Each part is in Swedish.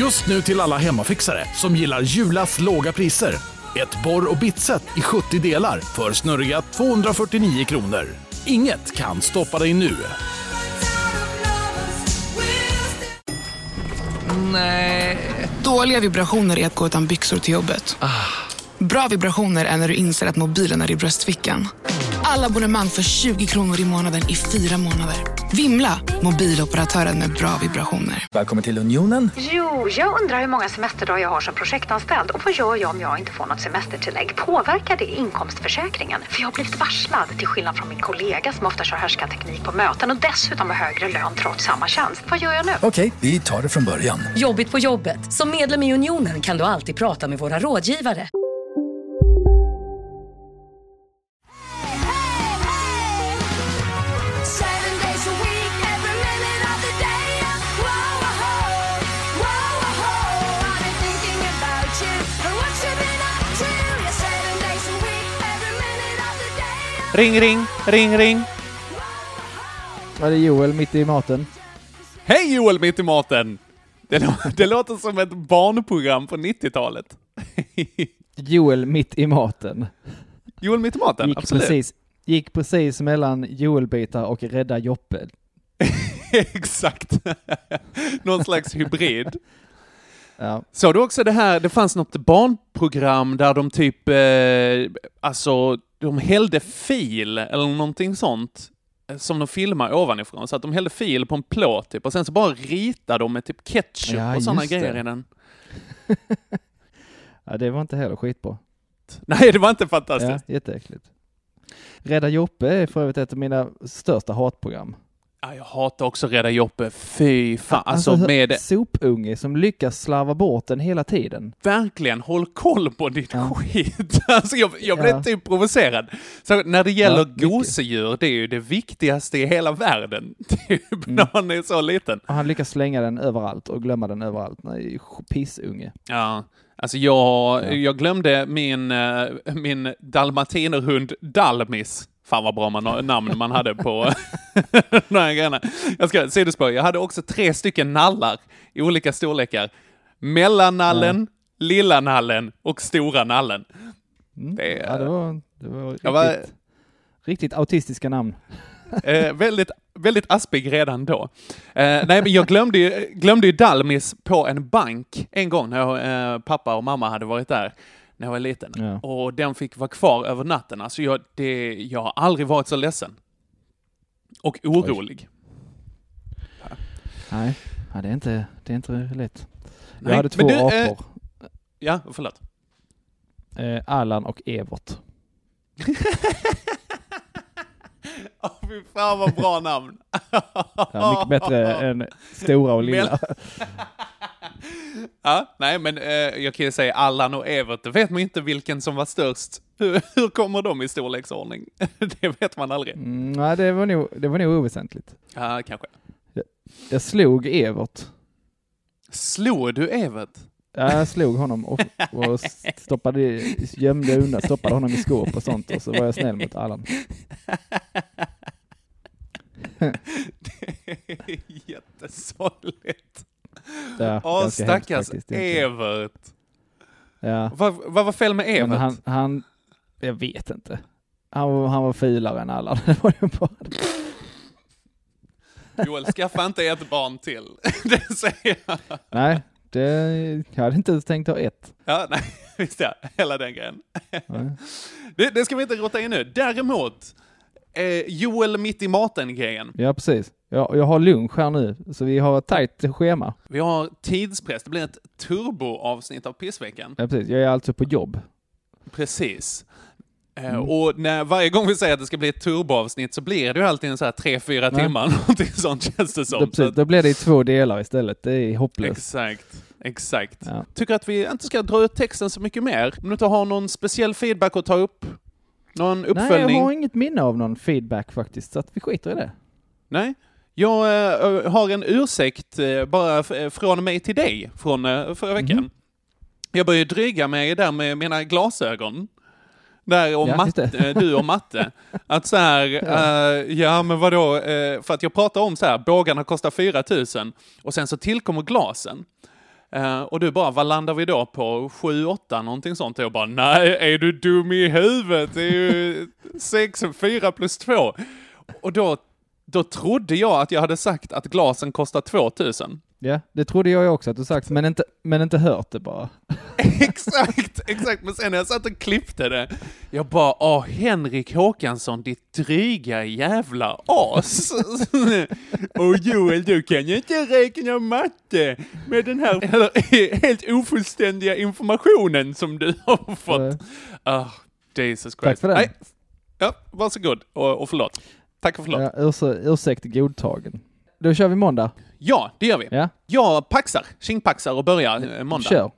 Just nu till alla hemmafixare som gillar Julas låga priser. Ett borr- och bitset i 70 delar för snurriga 249 kronor. Inget kan stoppa dig nu. Nej. Dåliga vibrationer är att gå utan byxor till jobbet. Bra vibrationer är när du inser att mobilen är i bröstfickan. Alla abonnemang för 20 kronor i månaden i 4 månader. Vimla, mobiloperatören med bra vibrationer. Välkommen till Unionen. Jo, jag undrar hur många semesterdagar jag har som projektanställd. Och vad gör jag om jag inte får något semestertillägg? Påverkar det inkomstförsäkringen? För jag har blivit varslad, till skillnad från min kollega som ofta kör härskarteknik på möten och dessutom har högre lön trots samma tjänst. Vad gör jag nu? Okej, vi tar det från början. Jobbigt på jobbet. Som medlem i Unionen kan du alltid prata med våra rådgivare. Ring, ring, ring, ring. Ja, det är Joel mitt i maten. Hej Joel mitt i maten! Det låter som ett barnprogram på 90-talet. Joel mitt i maten. Joel mitt i maten, absolut. Gick precis mellan Joel-bitar och Rädda Joppe. Exakt. Någon slags hybrid. Ja. Så du också det här, det fanns något barnprogram där de typ, de hällde fil eller någonting sånt som de filmar ovanifrån. Så att de hällde fil på en plåt typ, och sen så bara ritade de med typ ketchup och sådana grejer i den. Ja, det var inte heller skitbra. Nej, det var inte fantastiskt. Ja, jätteäckligt. Rädda Joppe är för övrigt ett av mina största hatprogram. Ja, jag hatar också Rädda Joppe. Fy fan. Alltså med sopunge som lyckas slarva bort den hela tiden. Verkligen, håll koll på ditt skit. Alltså jag blev typ provocerad. Så när det gäller gosedjur, det är ju det viktigaste i hela världen. Typ när man är så liten. Och han lyckas slänga den överallt och glömma den överallt. Nej, pissunge. Ja, alltså jag glömde min dalmatinerhund Dalmis. Fan vad bra namn man hade på de här grejerna. Jag ska sidospår. Jag hade också 3 stycken nallar i olika storlekar. Mellannallen, lilla nallen och stora nallen. Det var riktigt autistiska namn. Väldigt, väldigt aspig redan då. Nej, men jag glömde ju Dalmis på en bank en gång när pappa och mamma hade varit där. När jag var liten. Ja. Och den fick vara kvar över natten. Alltså jag har aldrig varit så ledsen. Och orolig. Nej, det är inte lätt. Nej, jag hade 2 apor. Ja, förlåt. Allan och Evert. Fy fan vad bra namn. Ja, mycket bättre än stora och lilla. Ja, nej, men jag kan ju säga Allan och Evert, det vet man inte vilken som var störst. Hur kommer de i storleksordning? Det vet man aldrig. Nej, det var nog oväsentligt. Ja, kanske. Jag slog Evert. Slog du Evert? Ja, jag slog honom och stoppade honom i skåp och sånt, och så var jag snäll mot Allan. Det är jättesorgligt. Ja, stackars Evert. Ja. Vad var fel med Evert? Men han jag vet inte. Han var filare än Allan. Det var ju bara. Joel, skaffa inte ett barn till. Det säger jag. Nej, jag hade inte ens tänkt ha ett. Ja, nej, visst ja. Hela den grejen. Det ska vi inte rota in nu. Däremot, Joel mitt i maten-grejen. Ja, precis. Jag har lunch här nu, så vi har ett tajt schema. Vi har tidspress. Det blir ett turboavsnitt av Pissveckan. Ja, precis. Jag är alltså på jobb. Precis. Och varje gång vi säger att det ska bli ett turboavsnitt så blir det ju alltid en så här 3-4 timmar. Någonting sånt känns det som. Då blir det i 2 delar istället. Det är hopplöst. Exakt. Ja. Tycker att vi inte ska dra ut texten så mycket mer. Om du inte har någon speciell feedback att ta upp. Någon uppföljning. Nej, jag har inget minne av någon feedback faktiskt. Så att vi skiter i det. Nej. Jag har en ursäkt bara från mig till dig från förra veckan. Jag började dryga mig där med mina glasögon. Där om du och matte. Att så här, men vadå? För att jag pratar om så här, bågarna kostar 4 000 och sen så tillkommer glasen. Och du bara, vad landar vi då på? 7-8 någonting sånt. Och jag bara, nej, är du dum i huvudet? Det är ju 4 + 2. Och då trodde jag att jag hade sagt att glasen kostar 2000. Ja, det trodde jag också att du sagt, men inte hört det bara. Exakt. Men sen när jag satt och klippte det, jag bara, Henrik Håkansson, ditt dryga jävla as. Och Joel, du kan ju inte räkna matte med den här helt ofullständiga informationen som du har fått. Jesus Christ. Tack för det. Nej. Ja, varsågod och förlåt. Tack och förlåt. Ja, ursäkt godtagen. Då kör vi måndag. Ja, det gör vi. Ja. Jag tjingpaxar och börjar måndag. Kör.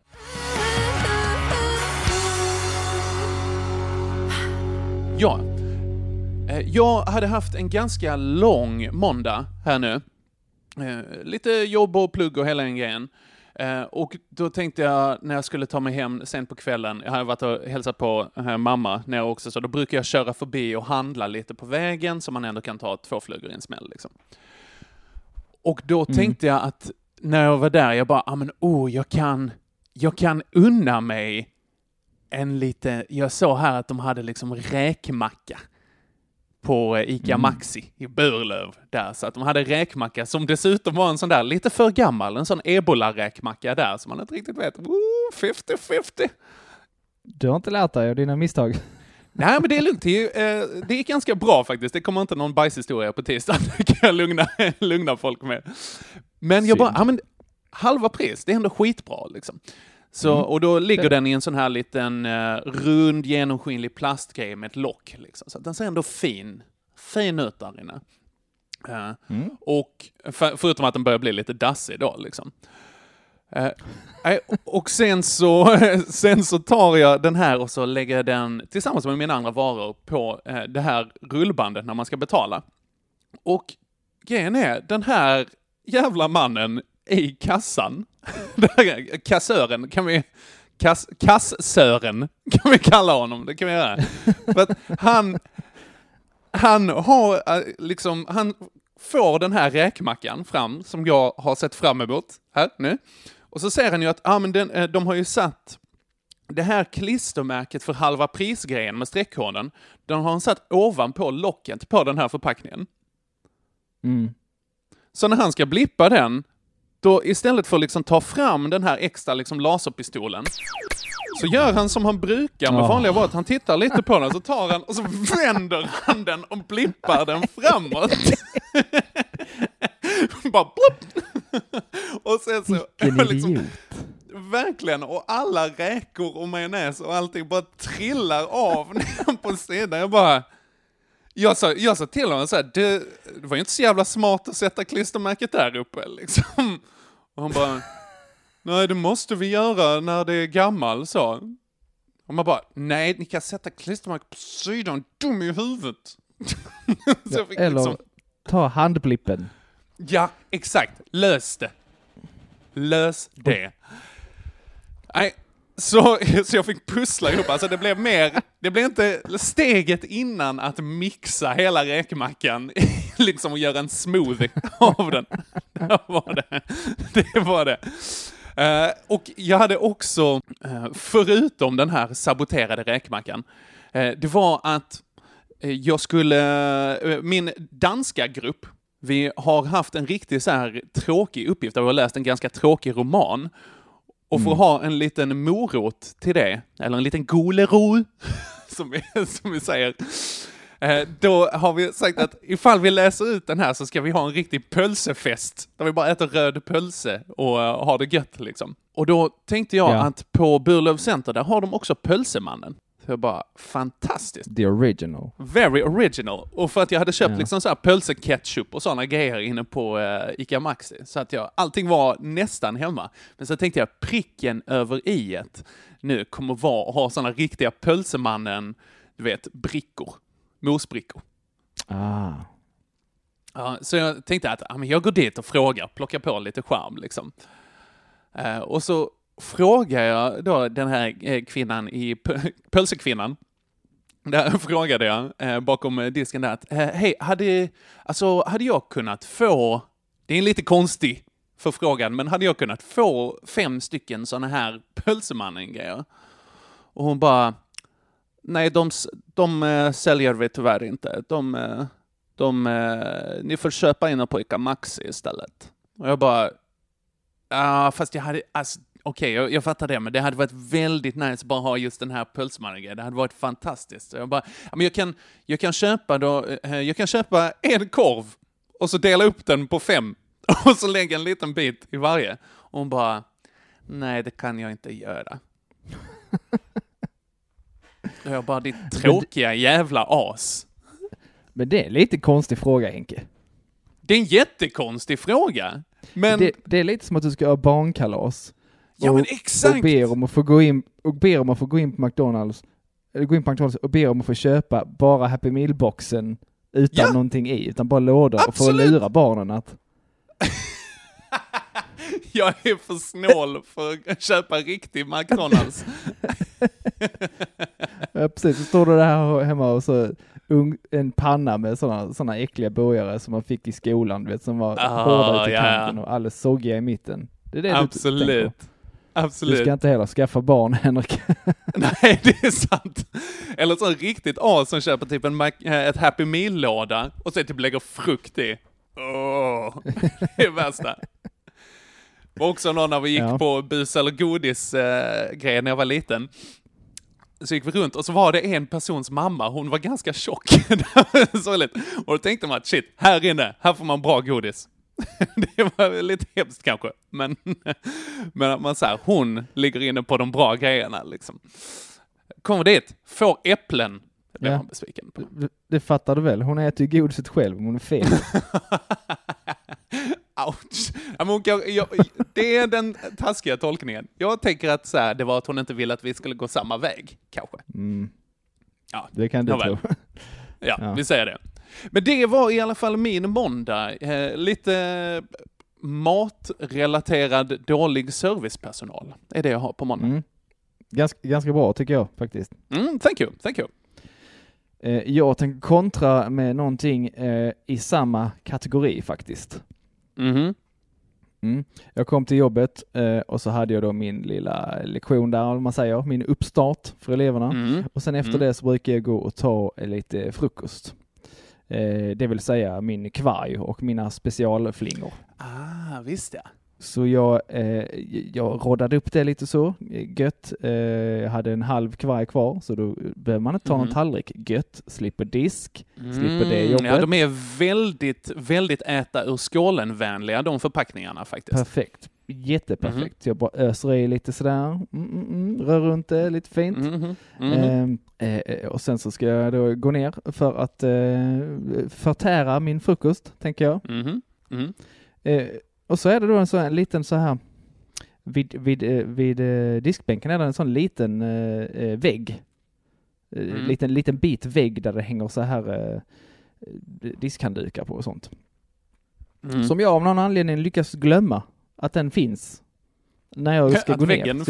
Ja. Jag hade haft en ganska lång måndag här nu. Lite jobb och plugg och hela den grejen. Och då tänkte jag när jag skulle ta mig hem sen på kvällen, jag har varit och hälsat på mamma när jag också, så då brukar jag köra förbi och handla lite på vägen så man ändå kan ta 2 flugor i en smäll liksom. Och då tänkte jag att när jag var där, jag bara, jag kan unna mig en lite, jag såg här att de hade liksom räkmacka på Ica Maxi i Burlöv där, så att de hade räkmacka som dessutom var en sån där lite för gammal, en sån Ebola-räkmacka där som man inte riktigt vet. 50-50. Du har inte lärt dig av dina misstag. Nej, men det är lugnt. Det är ganska bra faktiskt. Det kommer inte någon bajshistoria på tisdag. Det kan jag lugna folk med. Men jag bara, halva pris, det är ändå skitbra liksom. Så, och då ligger den i en sån här liten rund, genomskinlig plastgrej med ett lock liksom. Så att den ser ändå fin ut där inne. Och förutom att den börjar bli lite dassig då liksom. Och sen så tar jag den här och så lägger jag den tillsammans med mina andra varor på det här rullbandet när man ska betala. Och grejen är, den här jävla mannen i kassan, kassören kan vi kassören kan vi kalla honom, det kan vi göra. För att han har liksom, han får den här räkmackan fram som jag har sett fram emot här nu. Och så säger han ju att de har ju satt det här klistermärket för halva prisgrejen med streckkoden. De har han satt ovanpå locket på den här förpackningen. Så när han ska blippa den, då istället för att liksom ta fram den här extra liksom laserpistolen, så gör han som han brukar med vanliga varor. Han tittar lite på den, så tar han och så vänder han den och blippar den framåt. Bara plupp! Och sen så liksom, verkligen, och alla räkor och majonnäs och allting bara trillar av ner på sidan. Jag sa till honom så här, det var ju inte så jävla smart att sätta klistermärket där uppe liksom. Och han bara, nej, det måste vi göra när det är gammal, så. Och man bara, nej, ni kan sätta klistermärket på sidan, dum i huvudet. Så jag fick eller ta handblippen. Ja, exakt. Lös det. Nej, så jag fick pussla ihop. Alltså det blev inte steget innan att mixa hela räkmackan liksom och göra en smoothie av den. Det var det. Och jag hade också, förutom den här saboterade räkmackan, det var att min danska grupp, vi har haft en riktigt så här tråkig uppgift där vi har läst en ganska tråkig roman. Och för att ha en liten morot till det, eller en liten golero, som vi säger, då har vi sagt att ifall vi läser ut den här så ska vi ha en riktig pölsefest där vi bara äter röd pölse och har det gött liksom. Och då tänkte jag att på Burlöv Center, där har de också pölsemannen. Så jag bara, fantastiskt. The original. Very original. Och för att jag hade köpt liksom så här pölseketchup och sådana grejer inne på Ica Maxi. Så att allting var nästan hemma. Men så tänkte jag, pricken över i-et nu kommer vara att ha sådana riktiga pölsemannen, du vet, brickor. Mosbrickor. Ja, så jag tänkte att jag går dit och frågar, plockar på lite charm liksom. Och så frågar jag då den här kvinnan i pölsekvinnan. Där frågade jag bakom disken där att hej, hade jag kunnat få, det är en lite konstig förfrågan, men hade jag kunnat få 5 stycken såna här pölsemannen-grejer? Och hon bara, nej, de säljer vi tyvärr inte. Ni får köpa in på Ica Maxi istället. Och jag bara, fast jag hade, alltså, okej, jag fattar det, men det hade varit väldigt nice att bara ha just den här pölsmannen. Det hade varit fantastiskt. Så jag bara, men jag kan köpa en korv och så dela upp den på 5 och så lägga en liten bit i varje. Och hon bara, nej, det kan jag inte göra. Och jag bara, ditt tråkiga jävla as. Men det är lite konstig fråga, Henke. Det är en jättekonstig fråga. Men det är lite som att du ska ha barnkalas. Ja, men exakt. Och ber om att få gå in på McDonalds. Eller gå in på McDonalds och ber om att få köpa bara Happy Meal-boxen utan någonting i. Utan bara lådor. Absolut. Och få lura barnen att... Jag är för snål för att köpa riktig McDonalds. Ja, precis. Så står du där hemma och så en panna med såna äckliga burgare som man fick i skolan, vet, som var hårda ut i kanten och alldeles soggiga i mitten. Det är det Absolut. du tänker på. Absolut. Du ska inte heller skaffa barn, Henrik. Nej, det är sant. Eller så riktigt as som köper typ ett Happy Meal-låda och så typ lägger frukt i. Det är värsta. Det var också någon när vi gick på bus eller godis grejen när jag var liten. Så gick vi runt och så var det en persons mamma. Hon var ganska tjock. Så lite. Och då tänkte man att shit, här inne, här får man bra godis. Det var lite hemskt kanske. Men att man så här, hon ligger inne på de bra grejerna liksom. Kommer dit, får äpplen. Det blev man besviken på. Det fattar du väl? Hon äter ju godiset själv om hon är fel. Ouch. Det är den taskiga tolkningen. Jag tänker att så här, det var att hon inte ville att vi skulle gå samma väg, kanske. Ja, det kan du tro. Ja, vi säger det. Men det var i alla fall min måndag. Lite matrelaterad dålig servicepersonal är det jag har på måndag. Ganska bra tycker jag faktiskt. Thank you. Jag tänker kontra med någonting i samma kategori faktiskt. Jag kom till jobbet och så hade jag då min lilla lektion där, om man säger, min uppstart för eleverna. Och sen efter det så brukar jag gå och ta lite frukost. Det vill säga min kvarg och mina specialflingor. Visst ja. Så jag roddade upp det lite så, gött. Jag hade en halv kvarg kvar, så då behöver man inte ta någon tallrik. Gött, slipper disk, slipper det jobbet. Ja, de är väldigt, väldigt äta ur skålen-vänliga, de förpackningarna faktiskt. Perfekt, jätteperfekt. Jag bara öser i lite sådär, rör runt det lite fint. Och sen så ska jag då gå ner för att förtära min frukost, tänker jag. Och så är det då en liten så här vid diskbänken är det en sån liten vägg. Liten bit vägg där det hänger så här diskhanddukar på och sånt. Som jag av någon anledning lyckas glömma att den finns när jag ska gå ner.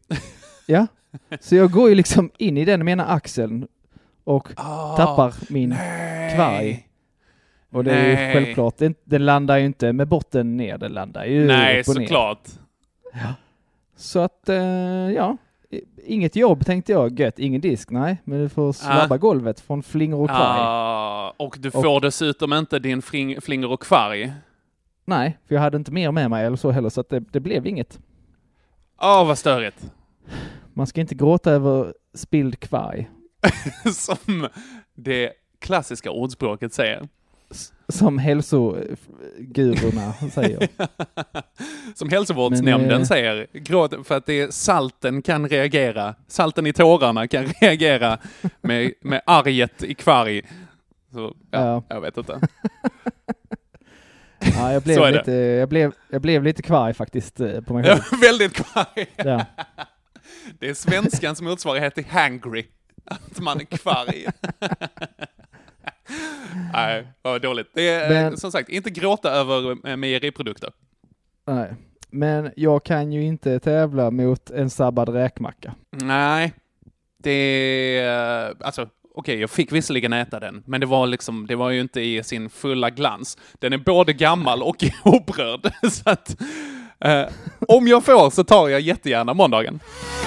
Så jag går ju liksom in i den med ena axeln och tappar min kvarg. Och det är ju självklart, den landar ju inte med botten ner, den landar ju upp och ner. Såklart. Ja. Så att, inget jobb tänkte jag, gött, ingen disk, nej. Men du får svabba golvet från flingor och kvarg. Och du får dessutom inte din flingor och kvarg. Nej, för jag hade inte mer med mig eller så heller, så att det blev inget. Vad störigt. Man ska inte gråta över spilld kvarg. Som det klassiska ordspråket säger. Som hälsogurorna säger. Som hälsovårdsnämnden säger. Gråt för att det är salten i tårarna kan reagera med arget i kvarg. Så, jag vet inte. Ja, jag blev lite kvarg faktiskt på mig själv. Väldigt kvarg. Ja. Det är svenskans motsvarighet till hangry. Att man är kvarg. Nej, vad dåligt. Det är som sagt inte gråta över mejeriprodukter. Nej, men jag kan ju inte tävla mot en sabbad räkmacka. Nej, det är alltså okej, jag fick visserligen äta den, men det var ju inte i sin fulla glans. Den är både gammal och obröd. Så att, om jag får så tar jag jättegärna måndagen.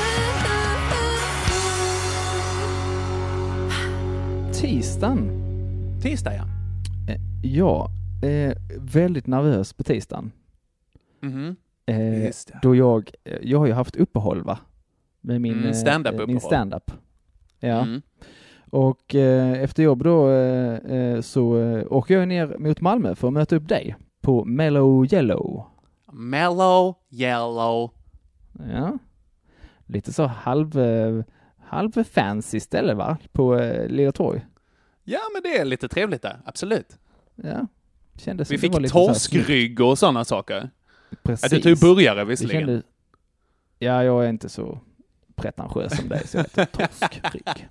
Tisdag, ja. Jag är väldigt nervös på tisdagen. Mhm. Just det. Då jag har ju haft uppehåll, va? Med min stand-up-uppehåll. Min stand-up. Ja. Mm. Och efter jobb då så åker jag ner mot Malmö för att möta upp dig på Mellow Yellow. Mellow Yellow. Ja. Lite så halv fancy ställe, va? På Lilla Torg. Ja, men det är lite trevligt där. Absolut. Ja. Kändes Vi som det var fick lite så här torskrygg och sådana saker. Precis. Ja, du tog burgare visserligen. Ja, jag är inte så pretentiös som dig, så jag heter torskrygg.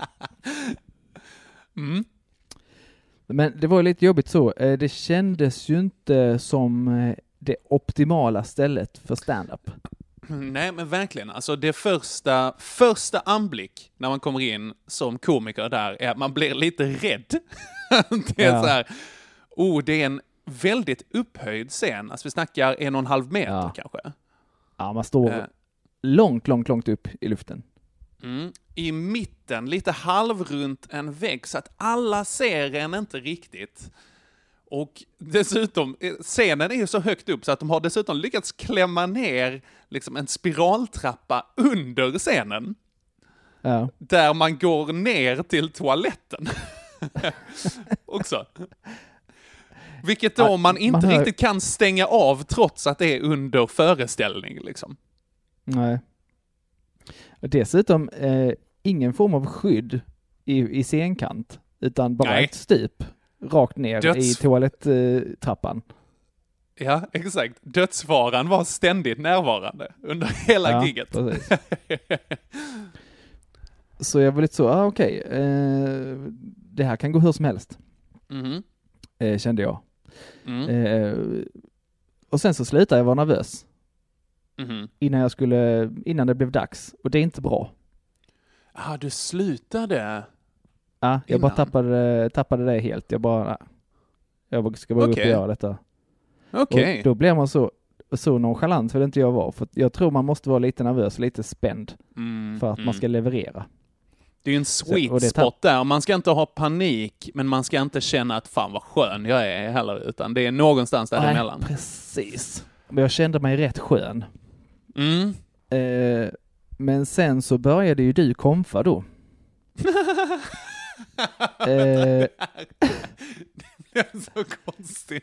Mm. Men det var lite jobbigt så. Det kändes ju inte som det optimala stället för stand-up. Nej, men verkligen. Alltså det första anblick när man kommer in som komiker där är att man blir lite rädd. Det är så här, det är en väldigt upphöjd scen. Alltså vi snackar 1,5 meter kanske. Ja, man står långt upp i luften. Mm. I mitten, lite halvrunt en vägg så att alla ser en inte riktigt. Och dessutom, scenen är ju så högt upp så att de har dessutom lyckats klämma ner liksom en spiraltrappa under scenen. Ja. Där man går ner till toaletten. Också. Vilket då man inte riktigt kan stänga av trots att det är under föreställning liksom. Nej. Och dessutom ingen form av skydd i scenkant, utan bara ett stup rakt ner i toaletttrappan. Ja, exakt. Dödsfaran var ständigt närvarande under hela gigget. Precis. Så jag var lite så, okej. Det här kan gå hur som helst. Kände jag. Och sen så slutade jag vara nervös. Innan det blev dags. Och det är inte bra. Du slutade? Ja, jag bara tappade det helt. Jag ska bara upp och göra detta. Okej. Och då blir man så nonchalant vill inte jag vara. För jag tror man måste vara lite nervös, lite spänd för att man ska leverera. Det är ju en sweet spot där. Man ska inte ha panik, men man ska inte känna att fan vad skön jag är heller, utan det är någonstans däremellan. Precis. Men jag kände mig rätt skön. Men sen så började ju du komfa då. Det är så konstigt.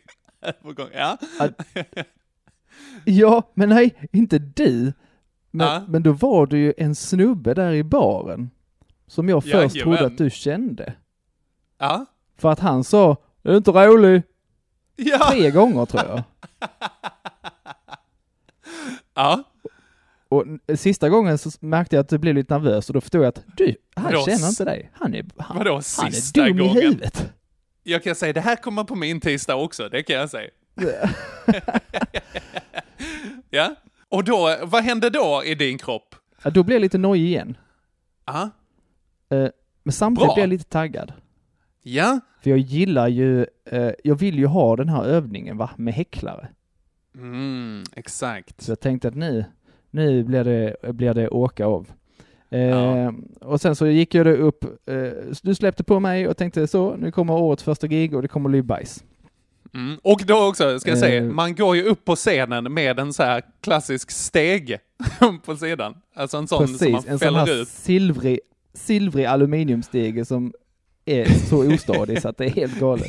Ja, men nej, inte du. Men då var det ju en snubbe där i baren som jag först trodde att du kände. Ja. För att han sa, är du inte rolig? 3 gånger tror jag. Ja. Och sista gången så märkte jag att du blev lite nervös och då förstod jag att han känner inte dig. Han är dum i huvudet. Jag kan säga, det här kommer på min tisdag också, det kan jag säga. Ja. Och då, vad hände då i din kropp? Ja, då blev jag lite nojig igen. Men samtidigt blev jag lite taggad. Ja. För jag gillar ju, jag vill ju ha den här övningen med häcklare. Exakt. Så jag tänkte att nu blir det åka av. Och sen så gick jag upp, du släppte på mig och tänkte så, nu kommer årets första gig och det kommer bli bajs. Och då också, ska jag säga, man går ju upp på scenen med en så här klassisk steg på sidan. Alltså en sån som man fäller ut. Silvrig aluminiumstege som är så ostadig så att det är helt galet.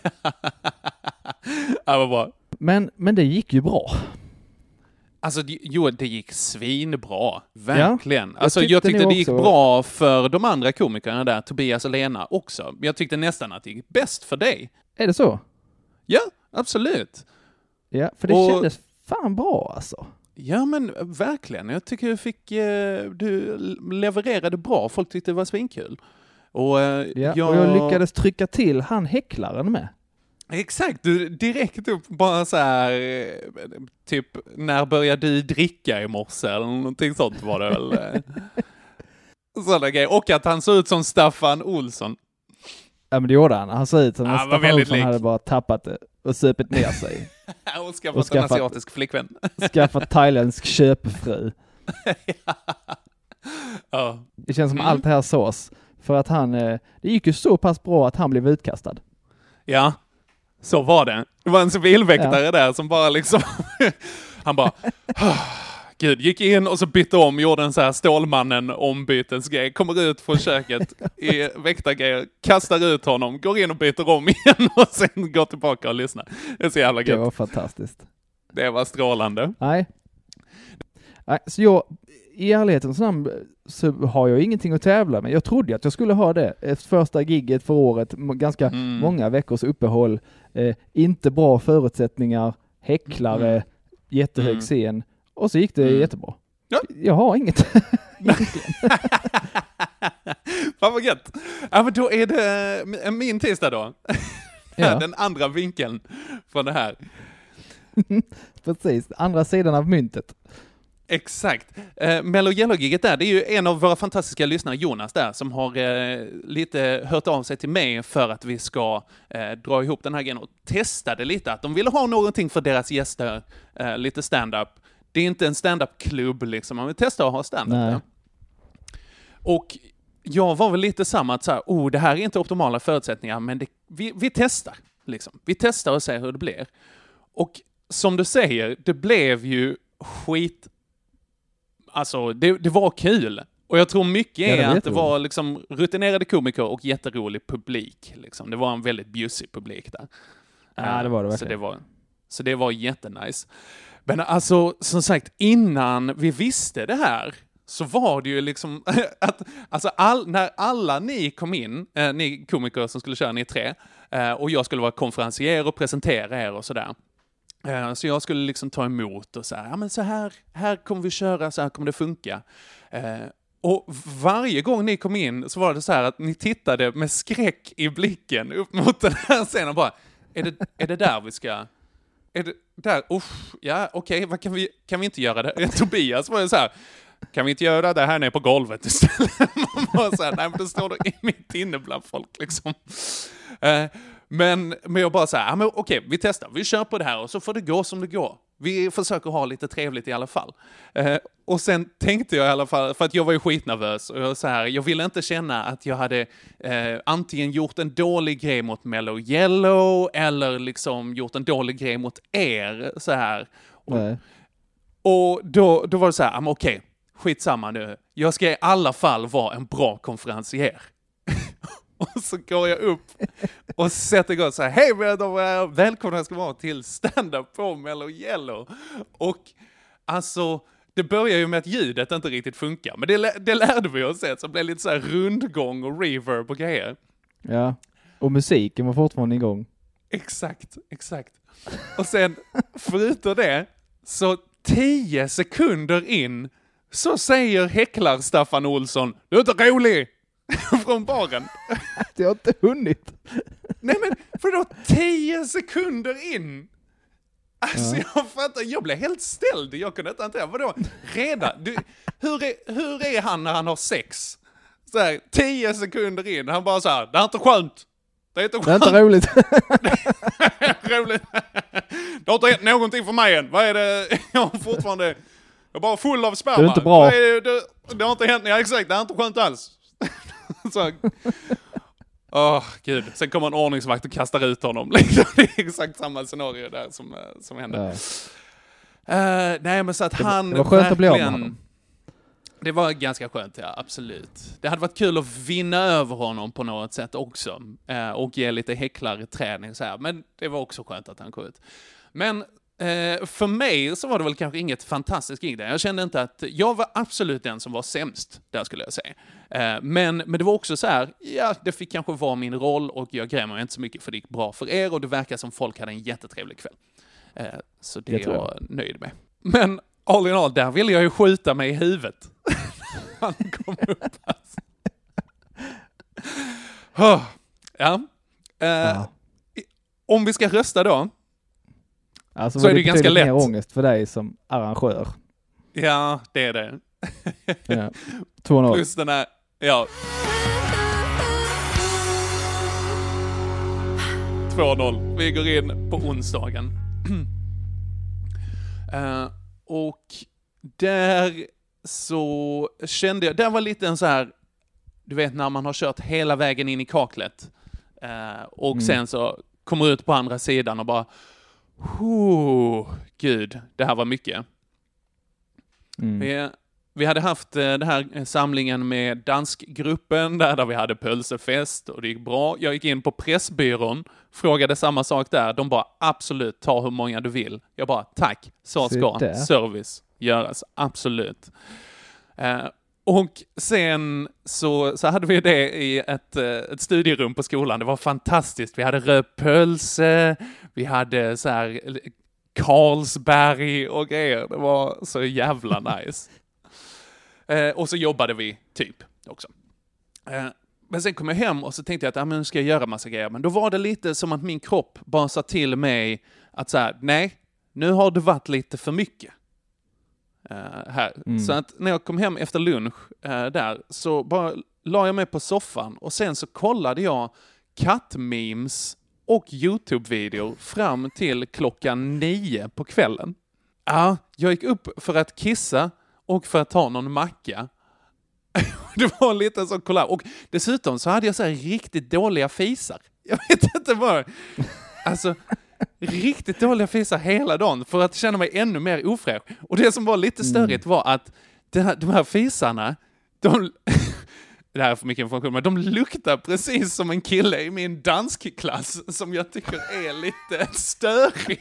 Ja, vad bra. Men det gick ju bra. Alltså, det gick svinbra. Verkligen. Ja, alltså, jag tyckte det gick bra för de andra komikerna där, Tobias och Lena också. Jag tyckte nästan att det gick bäst för dig. Är det så? Ja, absolut. Ja, för det kändes fan bra alltså. Ja, men verkligen. Jag tycker du levererade bra. Folk tyckte det var svinkul. Och jag lyckades trycka till han häcklaren med. Exakt, du direkt upp bara så här typ, när började du dricka i morse eller någonting sånt var det väl. Sådana grejer. Och att han såg ut som Staffan Olsson. Ja, men det gjorde han. Han såg ut som att Staffan Olsson lik. hade bara tappat det och supit ner sig. Och skaffat en asiatisk flickvän. Skaffat thailändsk köpfru. Ja. Det känns som allt det här sås. För att det gick ju så pass bra att han blev utkastad. Ja, så var det. Det var en civilväktare där som bara liksom... han bara... Gud, gick in och så bytte om, gjorde en så här Stålmannen ombytesgrej, kommer ut från köket i väktargrejer, kastar ut honom, går in och byter om igen och sen går tillbaka och lyssnar. Det är så jävla gött. Det var fantastiskt. Det var strålande. Nej, så jag, i ärlighetens namn så har jag ingenting att tävla med. Jag trodde att jag skulle ha det. Efter första gigget för året, ganska många veckors uppehåll, inte bra förutsättningar, häcklare, jättehög scen. Och så gick det jättebra. Ja. Jag har inget. Fan vad gött. Ja, men då är det min tisdag då. Ja. Den andra vinkeln från det här. Precis, andra sidan av myntet. Exakt. Mello Yellow-giget där, det är ju en av våra fantastiska lyssnare, Jonas där, som har lite hört av sig till mig för att vi ska dra ihop den här grejen och testa det lite. Att de ville ha någonting för deras gäster, lite stand-up. Det är inte en stand-up-klubb liksom, man vill testa att ha stand-up där. Och jag var väl lite samma att så här, det här är inte optimala förutsättningar, men vi testar liksom. Vi testar och ser hur det blir. Och som du säger, det blev ju skit. Alltså, det var kul. Och jag tror mycket är att det var liksom rutinerade komiker och jätterolig publik. Liksom. Det var en väldigt bjussig publik där. Ja, det var det verkligen. Så det var jättenice. Men alltså, som sagt, innan vi visste det här så var det ju liksom att alltså när alla ni kom in, ni komiker som skulle köra, ni tre, och jag skulle vara konferencier och presentera er och sådär. Så jag skulle liksom ta emot och säga, ja men så här kommer vi köra, så här kommer det funka. Och varje gång ni kom in så var det så här att ni tittade med skräck i blicken upp mot den här scenen och bara, är det där vi ska... Är det där? Ja, okej, vad kan vi inte göra det? Tobias var ju så här, kan vi inte göra det här nere på golvet istället? Man var så här, nej men då står det mitt inne bland folk liksom. Men jag bara så här, ja, men okej, vi testar, vi kör på det här och så får det gå som det går. Vi försöker ha lite trevligt i alla fall. Och sen tänkte jag i alla fall, för att jag var ju skitnervös och jag ville inte känna att jag hade antingen gjort en dålig grej mot Mello Yellow eller liksom gjort en dålig grej mot er så här. Och då var det så här, okej, skitsamma nu. Jag ska i alla fall vara en bra konferencier. Och så går jag upp och sätter igång så här, hej, välkomna ska vara till stand-up på Mello Yellow. Och alltså, det börjar ju med att ljudet inte riktigt funkar. Men det lärde vi oss att så blev lite så här rundgång och reverb och grejer. Ja, och musiken var fortfarande igång. Exakt. Och sen, förutom det, så 10 sekunder in så säger häcklar Staffan Olsson, du är inte rolig! Från baren. Det har inte hunnit. Nej men, för då 10 sekunder in. Alltså jag blev helt ställd. Jag kunde inte hantera. Vadå? Redan? Hur är han när han har sex? Så här, 10 sekunder in. Han bara så här, det är inte skönt. Det är inte roligt. Roligt. Det har inte hänt någonting för mig än. Vad är det? Jag är fortfarande... Jag är bara full av sperma. Det är inte bra. Det har inte hänt. Ja, exakt. Det är inte skönt alls. Så... Gud. Sen kommer en ordningsvakt och kastar ut honom. Det är exakt samma scenario där som hände. Nej, men så att han... Det var skönt att bli av med honom. Det var ganska skönt, ja, absolut. Det hade varit kul att vinna över honom på något sätt också. Och ge lite häcklarträning så här. Men det var också skönt att han kom ut. Men för mig så var det väl kanske inget fantastiskt gig där. Jag kände inte att... Jag var absolut den som var sämst, där skulle jag säga. Men det var också så här, ja, det fick kanske vara min roll och jag grämer inte så mycket för det gick bra för er och det verkar som folk hade en jättetrevlig kväll. Så det är jag nöjd med. Men all in all, där ville jag ju skjuta mig i huvudet. Han kom upp alltså. Om vi ska rösta då, alltså, så är det ganska lätt. Mer ångest för dig som arrangör. Ja, det är det. 2-0. Plus den här, ja. 2-0. Vi går in på onsdagen. Och där så kände jag, där var lite en så här, du vet när man har kört hela vägen in i kaklet och sen så kommer ut på andra sidan och bara gud, det här var mycket. Vi hade haft den här samlingen med danskgruppen där vi hade pölsefest och det gick bra. Jag gick in på Pressbyrån, frågade samma sak där. De bara, absolut, ta hur många du vill. Jag bara, tack, så ska service göras, absolut. Och sen så hade vi det i ett studierum på skolan. Det var fantastiskt. Vi hade rödpölse, vi hade så här Carlsberg och grejer. Det var så jävla nice. Och så jobbade vi typ också. Men sen kom jag hem och så tänkte jag att nu ska jag göra massa grejer. Men då var det lite som att min kropp bara sa till mig att så här, nej, nu har det varit lite för mycket. Här. Så att när jag kom hem efter lunch där så bara la jag mig på soffan och sen så kollade jag kattmemes och YouTube-videor fram till 9 på kvällen. Ja, jag gick upp för att kissa och för att ta någon macka. Det var lite så kolla. Och dessutom så hade jag så här riktigt dåliga fisar. Jag vet inte vad. Alltså, riktigt dåliga fisar hela dagen för att känna mig ännu mer ofräsch. Och det som var lite störigt var att de här fisarna, det här är för mycket information, men de luktar precis som en kille i min danskklass som jag tycker är lite störig.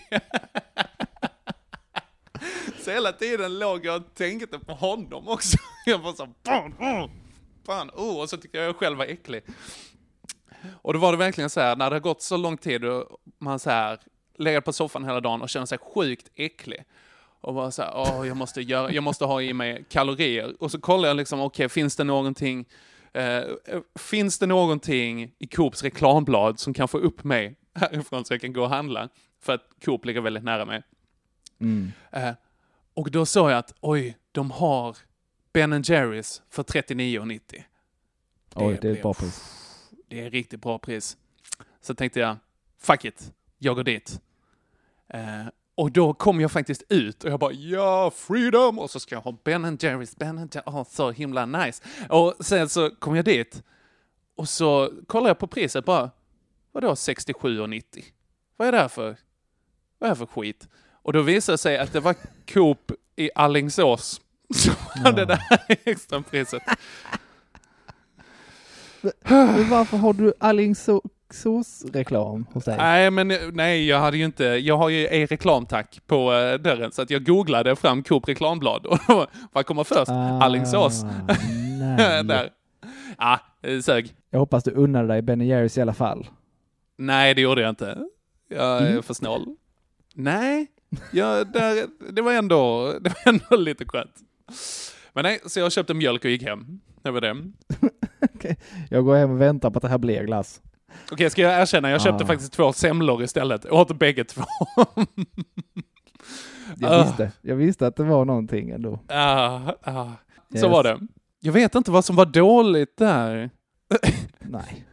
Så hela tiden låg jag och tänkte på honom också. Jag var så fan, och så tycker jag själv var äcklig. Och då var det verkligen så här, när det har gått så lång tid och man så här lägger på soffan hela dagen och känner sig sjukt äcklig. Och bara så här, jag måste ha i mig kalorier. Och så kollar jag liksom, okej, finns det någonting i Coops reklamblad som kan få upp mig härifrån så jag kan gå och handla? För att Coop ligger väldigt nära mig. Och då såg jag att, de har Ben & Jerry's för 39,90. Oj, det är ett bra pris. Det är ett riktigt bra pris. Så tänkte jag, fuck it, jag går dit. Och då kom jag faktiskt ut och jag bara, ja, freedom! Och så ska jag ha Ben & Jerry's, så himla nice. Och sen så kom jag dit och så kollar jag på priset bara, vadå 67,90? Vad är det här för skit? Och då visade det sig att det var Coop i Alingsås som hade det här extra priset. Men varför har du Alingsås-reklam hos dig? Nej, jag hade ju inte. Jag har ju en reklamtack på dörren så att jag googlade fram Coop reklamblad och vad kommer först? Alingsås. Nej. Där. Ja, sög. Jag hoppas du unnade dig Ben & Jerry's i alla fall. Nej, det gjorde jag inte. Jag är för snål. Nej, det var ändå lite skönt. Men nej, så jag köpte mjölk och gick hem. Det var det. Okej. Jag går hem och väntar på att det här blir glass. Okej, ska jag erkänna? Jag köpte faktiskt 2 semlor istället. Jag åt bägge 2. Jag visste att det var någonting ändå. Så var det. Jag vet inte vad som var dåligt där. Nej.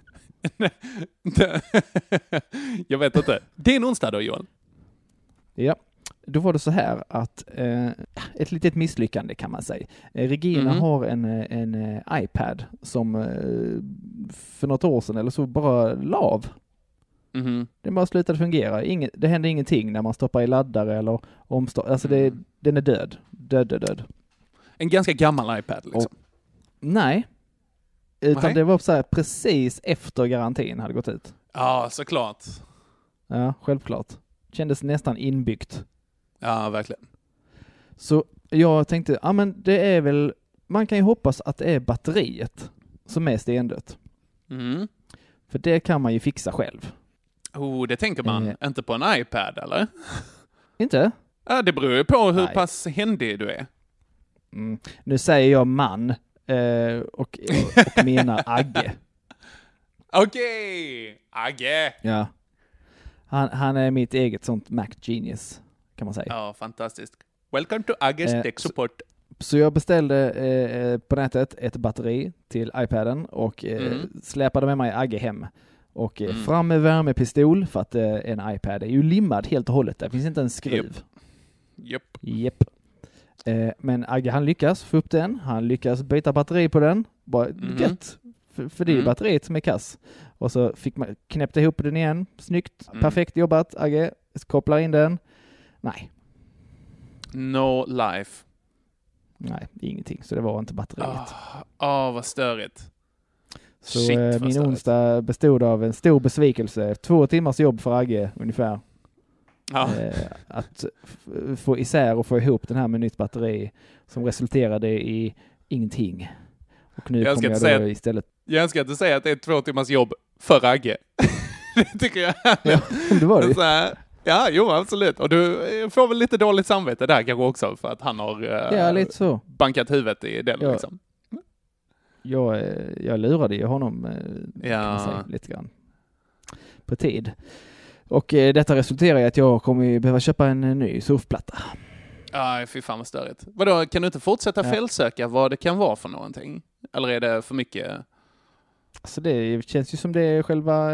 Jag vet inte. Det är en onsdag då, Johan. Ja. Då var det så här att ett litet misslyckande kan man säga. Regina har en iPad som för något år sedan eller så bara lav. Den bara slutade fungera. Det hände ingenting när man stoppar i laddare eller omstart. Alltså den är död. Död. En ganska gammal iPad liksom. Nej. Utan det var så här precis efter garantin hade gått ut. Ja, såklart. Ja, självklart. Kändes nästan inbyggt. Ja, verkligen. Så jag tänkte, men det är väl, man kan ju hoppas att det är batteriet som är stendött. För det kan man ju fixa själv. Det tänker man inte på en iPad, eller? Inte? Ja, det beror ju på hur pass händig du är. Nu säger jag man och menar Agge. Okej, Agge! Ja. Han är mitt eget sånt Mac Genius, kan man säga. Ja, fantastiskt. Welcome to Agges Tech Support. Så jag beställde på nätet ett batteri till iPaden och släpade med mig Agge hem. Och fram med värmepistol för att en iPad är ju limmad helt och hållet. Det finns inte en skruv. Japp. Men Agge han lyckas få upp den. Han lyckas byta batteri på den. Bara gött. För det är ju batteriet som är kass. Och så fick man knäppte ihop den igen. Snyggt. Perfekt jobbat Agge. Kopplar in den. Nej. No life. Nej, ingenting. Så det var inte batteriet. Vad störigt. Så min onsdag bestod av en stor besvikelse. 2 timmars jobb för Agge ungefär. Ja. Att få isär och få ihop den här med nytt batteri som resulterade i ingenting. Och nu kommer jag då istället... Jag ska inte säga att det är 2 timmars jobb för Agge. Det tycker jag. Ja, det var det. Så här, ja, jo, absolut. Och du får väl lite dåligt samvete där kanske också för att han har lite så. Bankat huvudet i den liksom. Jag lurade ju honom kan man säga, lite grann på tid. Och detta resulterar i att jag kommer behöva köpa en ny surfplatta. Aj, fy fan vad störigt. Vadå, kan du inte fortsätta fältsöka vad det kan vara för någonting? Eller är det för mycket? Alltså det känns ju som det är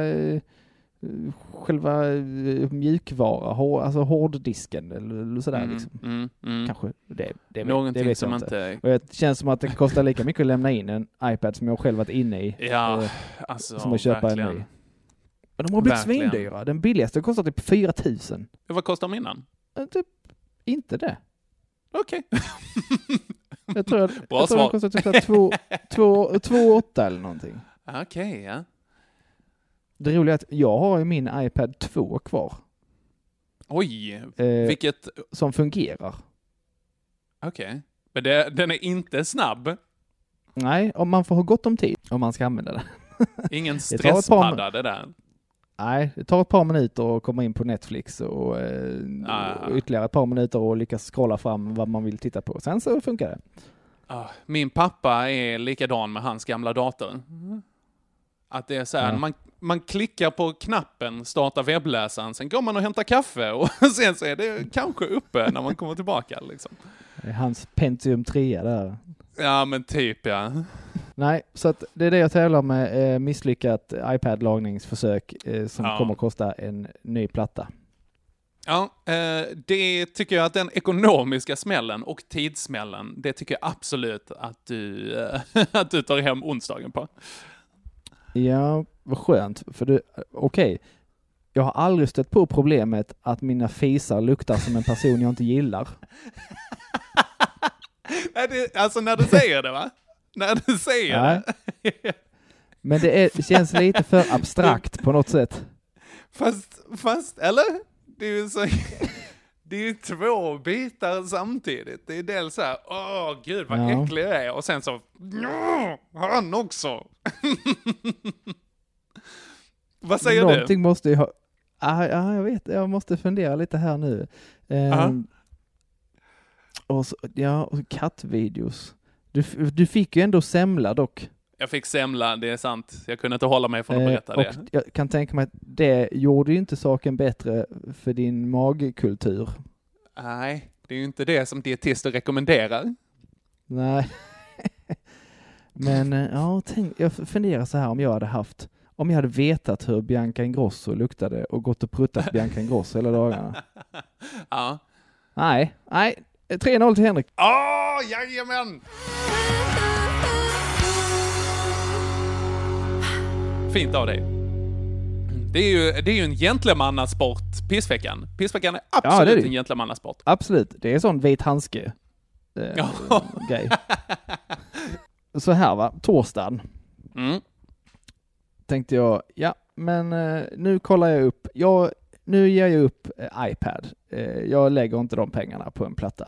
själva mjukvara, alltså hårddisken eller sådär liksom. Kanske det någonting vet som jag inte... Och det känns som att det kostar lika mycket att lämna in en iPad som jag själv varit inne i. Ja, alltså som att köpa en ny. Men de har blivit svindyra. Den billigaste kostar typ 4 000. Vad kostar de innan? Typ inte det. Okej. Jag tror den kostar typ 2,8 eller någonting. Okej, ja. Det roliga är att jag har ju min iPad 2 kvar. Oj, vilket... Som fungerar. Okej. Men den är inte snabb. Nej, om man får ha gott om tid om man ska använda den. Ingen stresspadda det där. Nej, det tar ett par minuter att komma in på Netflix och ytterligare ett par minuter och lyckas scrolla fram vad man vill titta på. Sen så funkar det. Min pappa är likadan med hans gamla dator. Att det är så här, man klickar på knappen, startar webbläsaren, sen går man och hämtar kaffe och sen så är det kanske uppe när man kommer tillbaka. Liksom. Det är hans Pentium 3 där. Ja, men typ, ja. Nej, så att det är det jag tävlar med. Misslyckat iPad-lagningsförsök som kommer att kosta en ny platta. Ja, det tycker jag att den ekonomiska smällen och tidssmällen, det tycker jag absolut att du tar hem onsdagen på. Ja, vad skönt. För okej. Jag har aldrig stött på problemet att mina fisar luktar som en person jag inte gillar. Alltså när du säger det, va? När du säger det. Men det känns lite för abstrakt på något sätt. Fast eller? Det är ju så... Det är ju 2 bitar samtidigt. Det är dels så här, gud vad äcklig det är. Och sen så, han också. Vad säger du? Någonting måste ju ha... jag vet. Jag måste fundera lite här nu. Och kattvideos. Du fick ju ändå semla dock. Jag fick semla, det är sant. Jag kunde inte hålla mig från att berätta det. Jag kan tänka mig att det gjorde ju inte saken bättre för din magkultur. Nej, det är ju inte det som dietister rekommenderar. Nej. Men jag funderar så här om jag hade vetat hur Bianca Ingrosso luktade och gått och pruttat Bianca Ingrosso hela dagarna. Ja. Nej. 3-0 till Henrik. Jajamän! Fint av dig. Det är ju en gentlemannasport, pissveckan. Pissveckan är absolut en gentlemannasport. Absolut, det är sån vit handske grej. Så här va, torsdagen. Tänkte jag, men nu kollar jag upp. Nu ger jag upp iPad. Jag lägger inte de pengarna på en platta.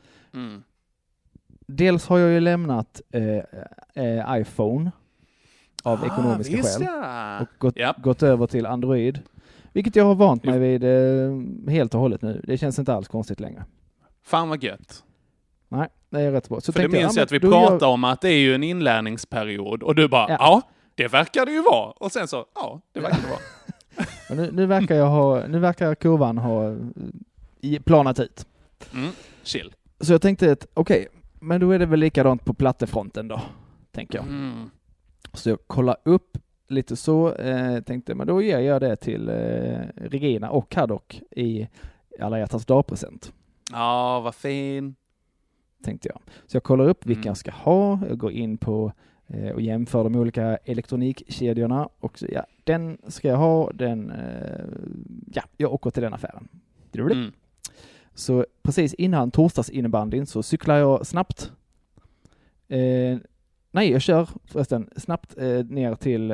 Dels har jag ju lämnat iPhone av ekonomiska skäl och gått över till Android, vilket jag har vant mig vid helt och hållet nu. Det känns inte alls konstigt längre. Fan vad gött. Nej, det är rätt bra. Så för det minns jag att vi pratade om att det är ju en inlärningsperiod och du bara, det verkar det ju vara. Och sen så, det verkar det vara. Nu verkar kurvan ha planat ut. Chill. Så jag tänkte att men då är det väl likadant på plattefronten då, tänker jag. Så jag kollar upp lite så tänkte men då ger jag det till Regina och Haddock i alla hjärtans dagpresent. Ja, vad fin. Tänkte jag. Så jag kollar upp vilka jag ska ha. Jag går in på och jämför de olika elektronikkedjorna. Och så, ja, den ska jag ha. Den, jag åker till den affären. Så precis innan torsdagsinnebandyn så cyklar jag snabbt. Jag kör förresten snabbt ner till...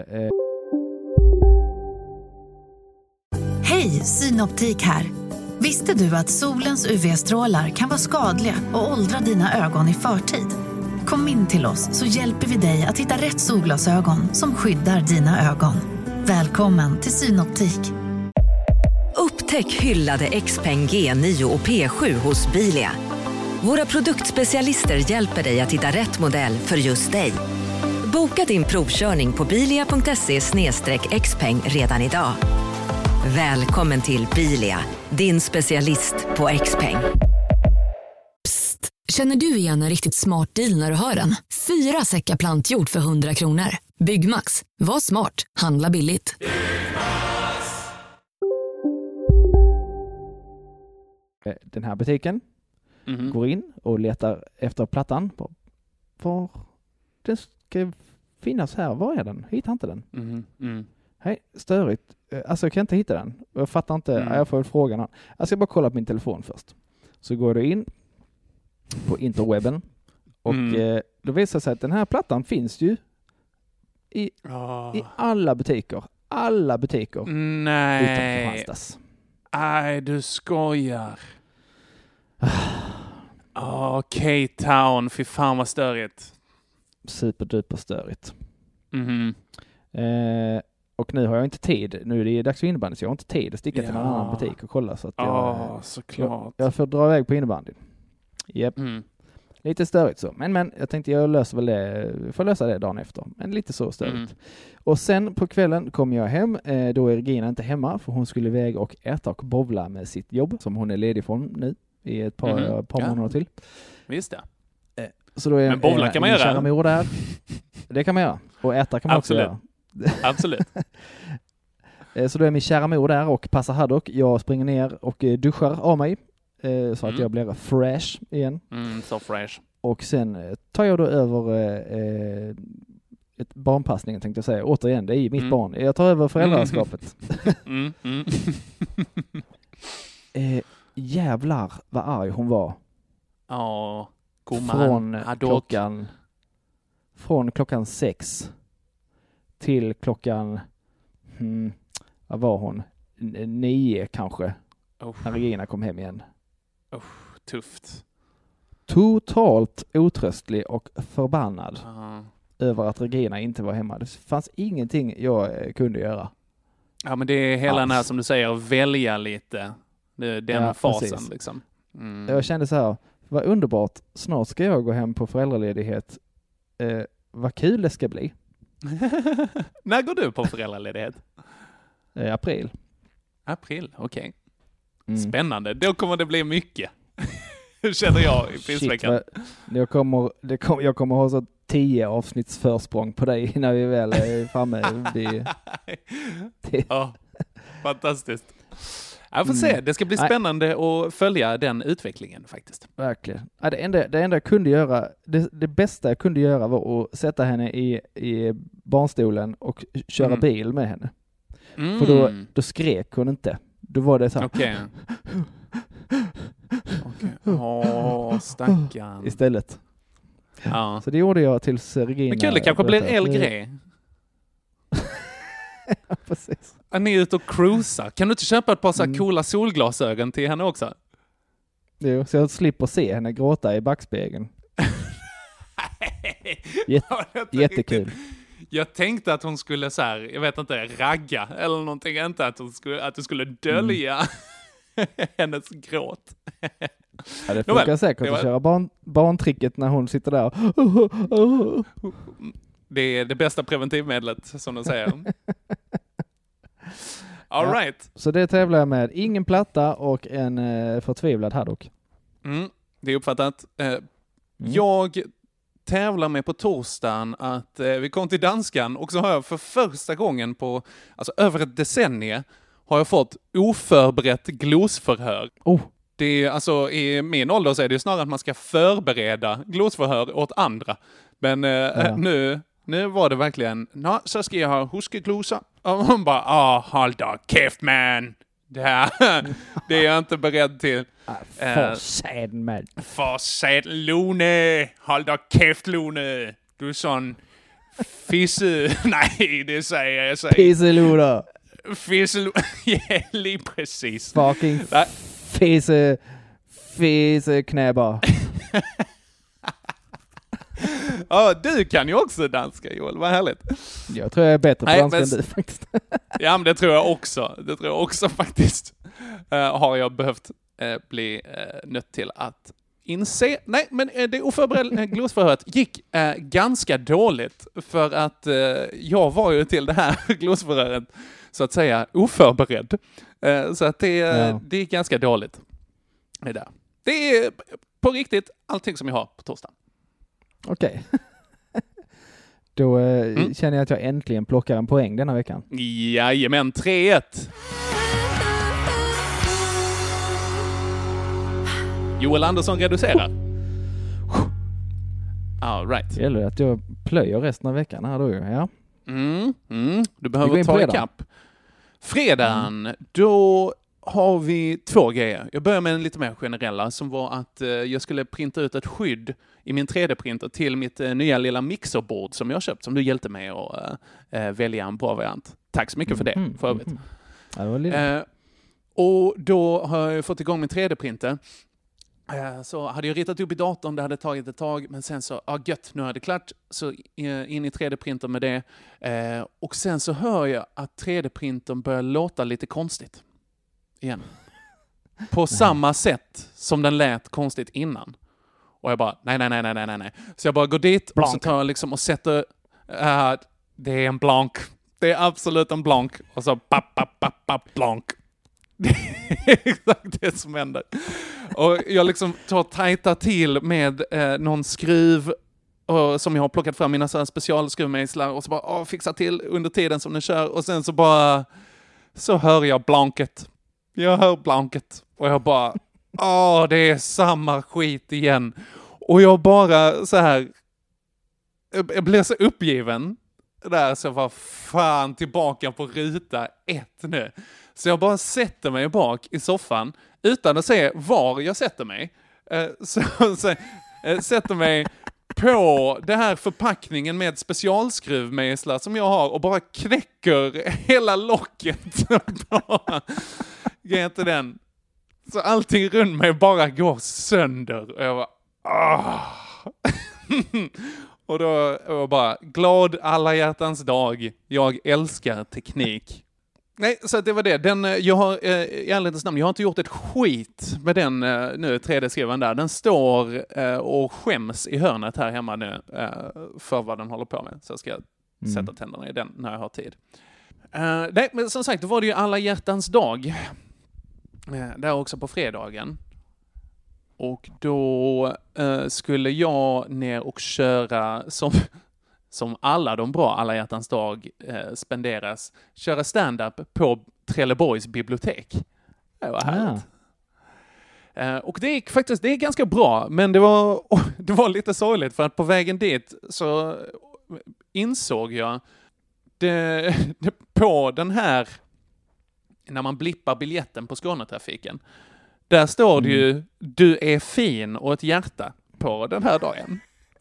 Hej, Synoptik här. Visste du att solens UV-strålar kan vara skadliga och åldra dina ögon i förtid? Kom in till oss så hjälper vi dig att hitta rätt solglasögon som skyddar dina ögon. Välkommen till Synoptik. Upptäck hyllade XPeng G9 och P7 hos Bilia. Våra produktspecialister hjälper dig att hitta rätt modell för just dig. Boka din provkörning på bilia.se/xpeng redan idag. Välkommen till Bilia, din specialist på XPeng. Psst, känner du igen en riktigt smart deal när du hör den? 4 säckar plantjord för 100 kronor. Byggmax, var smart, handla billigt. Den här butiken går in och letar efter plattan. Var den ska finnas här, var är den? Hittar inte den. Hej, störigt. Alltså jag kan inte hitta den. Jag fattar inte. Jag får väl fråga någon. Jag ska bara kolla på min telefon först. Så går du in på interwebben och då visar det sig att den här plattan finns ju i alla butiker. Alla butiker. Nej. Utanför Kristianstads. Nej, du skojar. K-Town. Fy fan vad störigt. Superduper störigt. Och nu har jag inte tid. Nu är det dags för innebandy så jag har inte tid att sticka till någon annan butik och kolla. Så att såklart. Jag får dra iväg på innebandy. Japp. Lite störigt så. Men jag tänkte jag löser väl det. Får lösa det dagen efter. Men lite så störigt. Och sen på kvällen kom jag hem. Då är Regina inte hemma för hon skulle iväg och äta och bowla med sitt jobb som hon är ledig från nu i ett par månader till. Visst det. Så då är men bowla kan man göra. Kära mor där. Det kan man göra. Och äta kan man också göra. Absolut. Så då är min kära mor där och passar Haddock. Jag springer ner och duschar av mig så att jag blir fresh igen. Så fresh. Och sen tar jag då över ett barnpassning tänkte jag säga. Återigen, det är ju mitt barn. Jag tar över föräldraskapet. Jävlar vad arg hon var. Ja, från klockan 6 till klockan vad var hon? 9 kanske. När Regina kom hem igen. Tufft. Totalt otröstlig och förbannad över att Regina inte var hemma. Det fanns ingenting jag kunde göra. Ja, men det är hela den här som du säger, välja lite. Den fasen precis. liksom. Jag kände så här, vad underbart. Snart ska jag gå hem på föräldraledighet. Vad kul det ska bli. När går du på föräldraledighet? April. April, okej. Spännande. Då kommer det bli mycket. Känner jag i pinsveckan. Jag kommer ha så 10 avsnittsförsprång på dig när vi väl är framme. Fantastiskt. Jag får se. Det ska bli spännande att följa den utvecklingen faktiskt. Verkligen. Det enda jag kunde göra, det bästa jag kunde göra var att sätta henne i barnstolen och köra bil med henne. För då skrek hon inte. Då var det så här. Okej. Stackarn. Istället. Ja. Så det gjorde jag tills Regina... Men kul, det kanske blir elgrej. Ja, precis. Ni är ute och cruisar. Kan du inte köpa ett par så här coola solglasögon till henne också? Jo, så jag slipper se henne gråta i backspegeln. Jättekul. Jag tänkte att hon skulle så här, jag vet inte, ragga eller någonting. Inte att du skulle dölja hennes gråt. Ja, det funkar säkert att köra barntricket när hon sitter där. Det är det bästa preventivmedlet, som de säger. All right. Så det tävlar jag med. Ingen platta och en förtvivlad Haddock. Det är uppfattat. Jag tävla med på torsdagen att vi kom till danskan och så har jag för första gången på över ett decennium har jag fått oförberett glosförhör. Det är, alltså, i min ålder så är det ju snarare att man ska förbereda glosförhör åt andra. Men nu var det verkligen, så ska jag ha huskeglosa. Och hon bara, håll då käft man. Det är jag inte beredd till. För säden Lone. Håll då käft Lone. Du är sån fisse. Nej, det säger jag. Pisselura. Ja, lige precis. Fucking fiseknäbbar. Ja, du kan ju också danska, Joel. Vad härligt. Jag tror jag är bättre på danska än du faktiskt. Ja, men det tror jag också. Det tror jag också faktiskt. Har jag behövt bli nött till att inse. Nej, men det oförberedda glosförhöret gick ganska dåligt. För att jag var ju till det här glosförhöret så att säga oförberedd. Så att det är ganska dåligt. Det är på riktigt allting som jag har på torsdag. Okej. Då känner jag att jag äntligen plockar en poäng denna veckan. Jajamän, 3-1. Joel Andersson reducerar. All right. Det gäller att jag plöjer resten av veckan här då. Ja. Du behöver ta ikapp. Fredagen, då har vi 2 grejer. Jag börjar med en lite mer generella som var att jag skulle printa ut ett skydd i min 3D-printer till mitt nya lilla mixerbord som jag har köpt, som du hjälpte mig att välja en bra variant. Tack så mycket för det, för övrigt. Ja, det var lite. Och då har jag fått igång min 3D-printer. Så hade jag ritat upp i datorn, det hade tagit ett tag, men sen så, gött, nu är det klart, så in i 3D-printer med det. Och sen så hör jag att 3D-printern börjar låta lite konstigt. Igen. På samma sätt som den lät konstigt innan. Och jag bara, nej. Så jag bara går dit och så tar jag liksom och sätter, det är en blank. Det är absolut en blank. Och så blank. Det är exakt det som händer. Och jag liksom tajtar till med någon skruv som jag har plockat fram mina specialskruvmejslar och så bara fixar till under tiden som den kör. Och sen så bara så hör jag blanket. Jag hör blanket. Och jag bara, det är samma skit igen. Och jag bara så här, jag blev så uppgiven där, så jag var fan tillbaka på ruta 1 nu. Så jag bara sätter mig bak i soffan utan att se var jag sätter mig. Så sätter mig på det här förpackningen med specialskruvmejslar som jag har och bara knäcker hela locket. Grejen till den. Så allting runt mig bara går sönder. Och jag bara, Och då var jag bara, glad alla hjärtans dag. Jag älskar teknik. Nej, så det var det. Jag har i ärlighetens namn, jag har inte gjort ett skit med den nu 3D-skrivaren där. Den står och skäms i hörnet här hemma nu för vad den håller på med. Så jag ska sätta tänderna i den när jag har tid. Nej, men som sagt, då var det ju alla hjärtans dag. Där också på fredagen. Och då skulle jag ner och köra som alla de bra alla hjärtans dag spenderas, köra stand-up på Trelleborgs bibliotek. Det var härligt. Och det gick faktiskt, det är ganska bra, men det var lite sorgligt för att på vägen dit så insåg jag det på den här, när man blippar biljetten på Skånetrafiken, där står det ju du är fin och ett hjärta på den här dagen.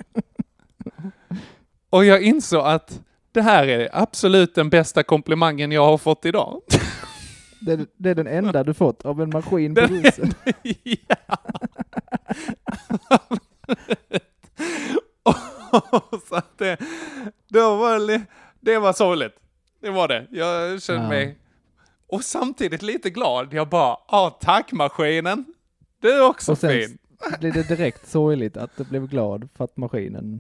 Och jag insåg att det här är absolut den bästa komplimangen jag har fått idag. Det är den enda du fått av en maskin på bussen. Ja. Så att det var sorgligt. Det var det. Jag kände mig och samtidigt lite glad. Jag bara, tack maskinen. Du är också och sen fin. Blev det direkt sorgligt att du blev glad för att maskinen...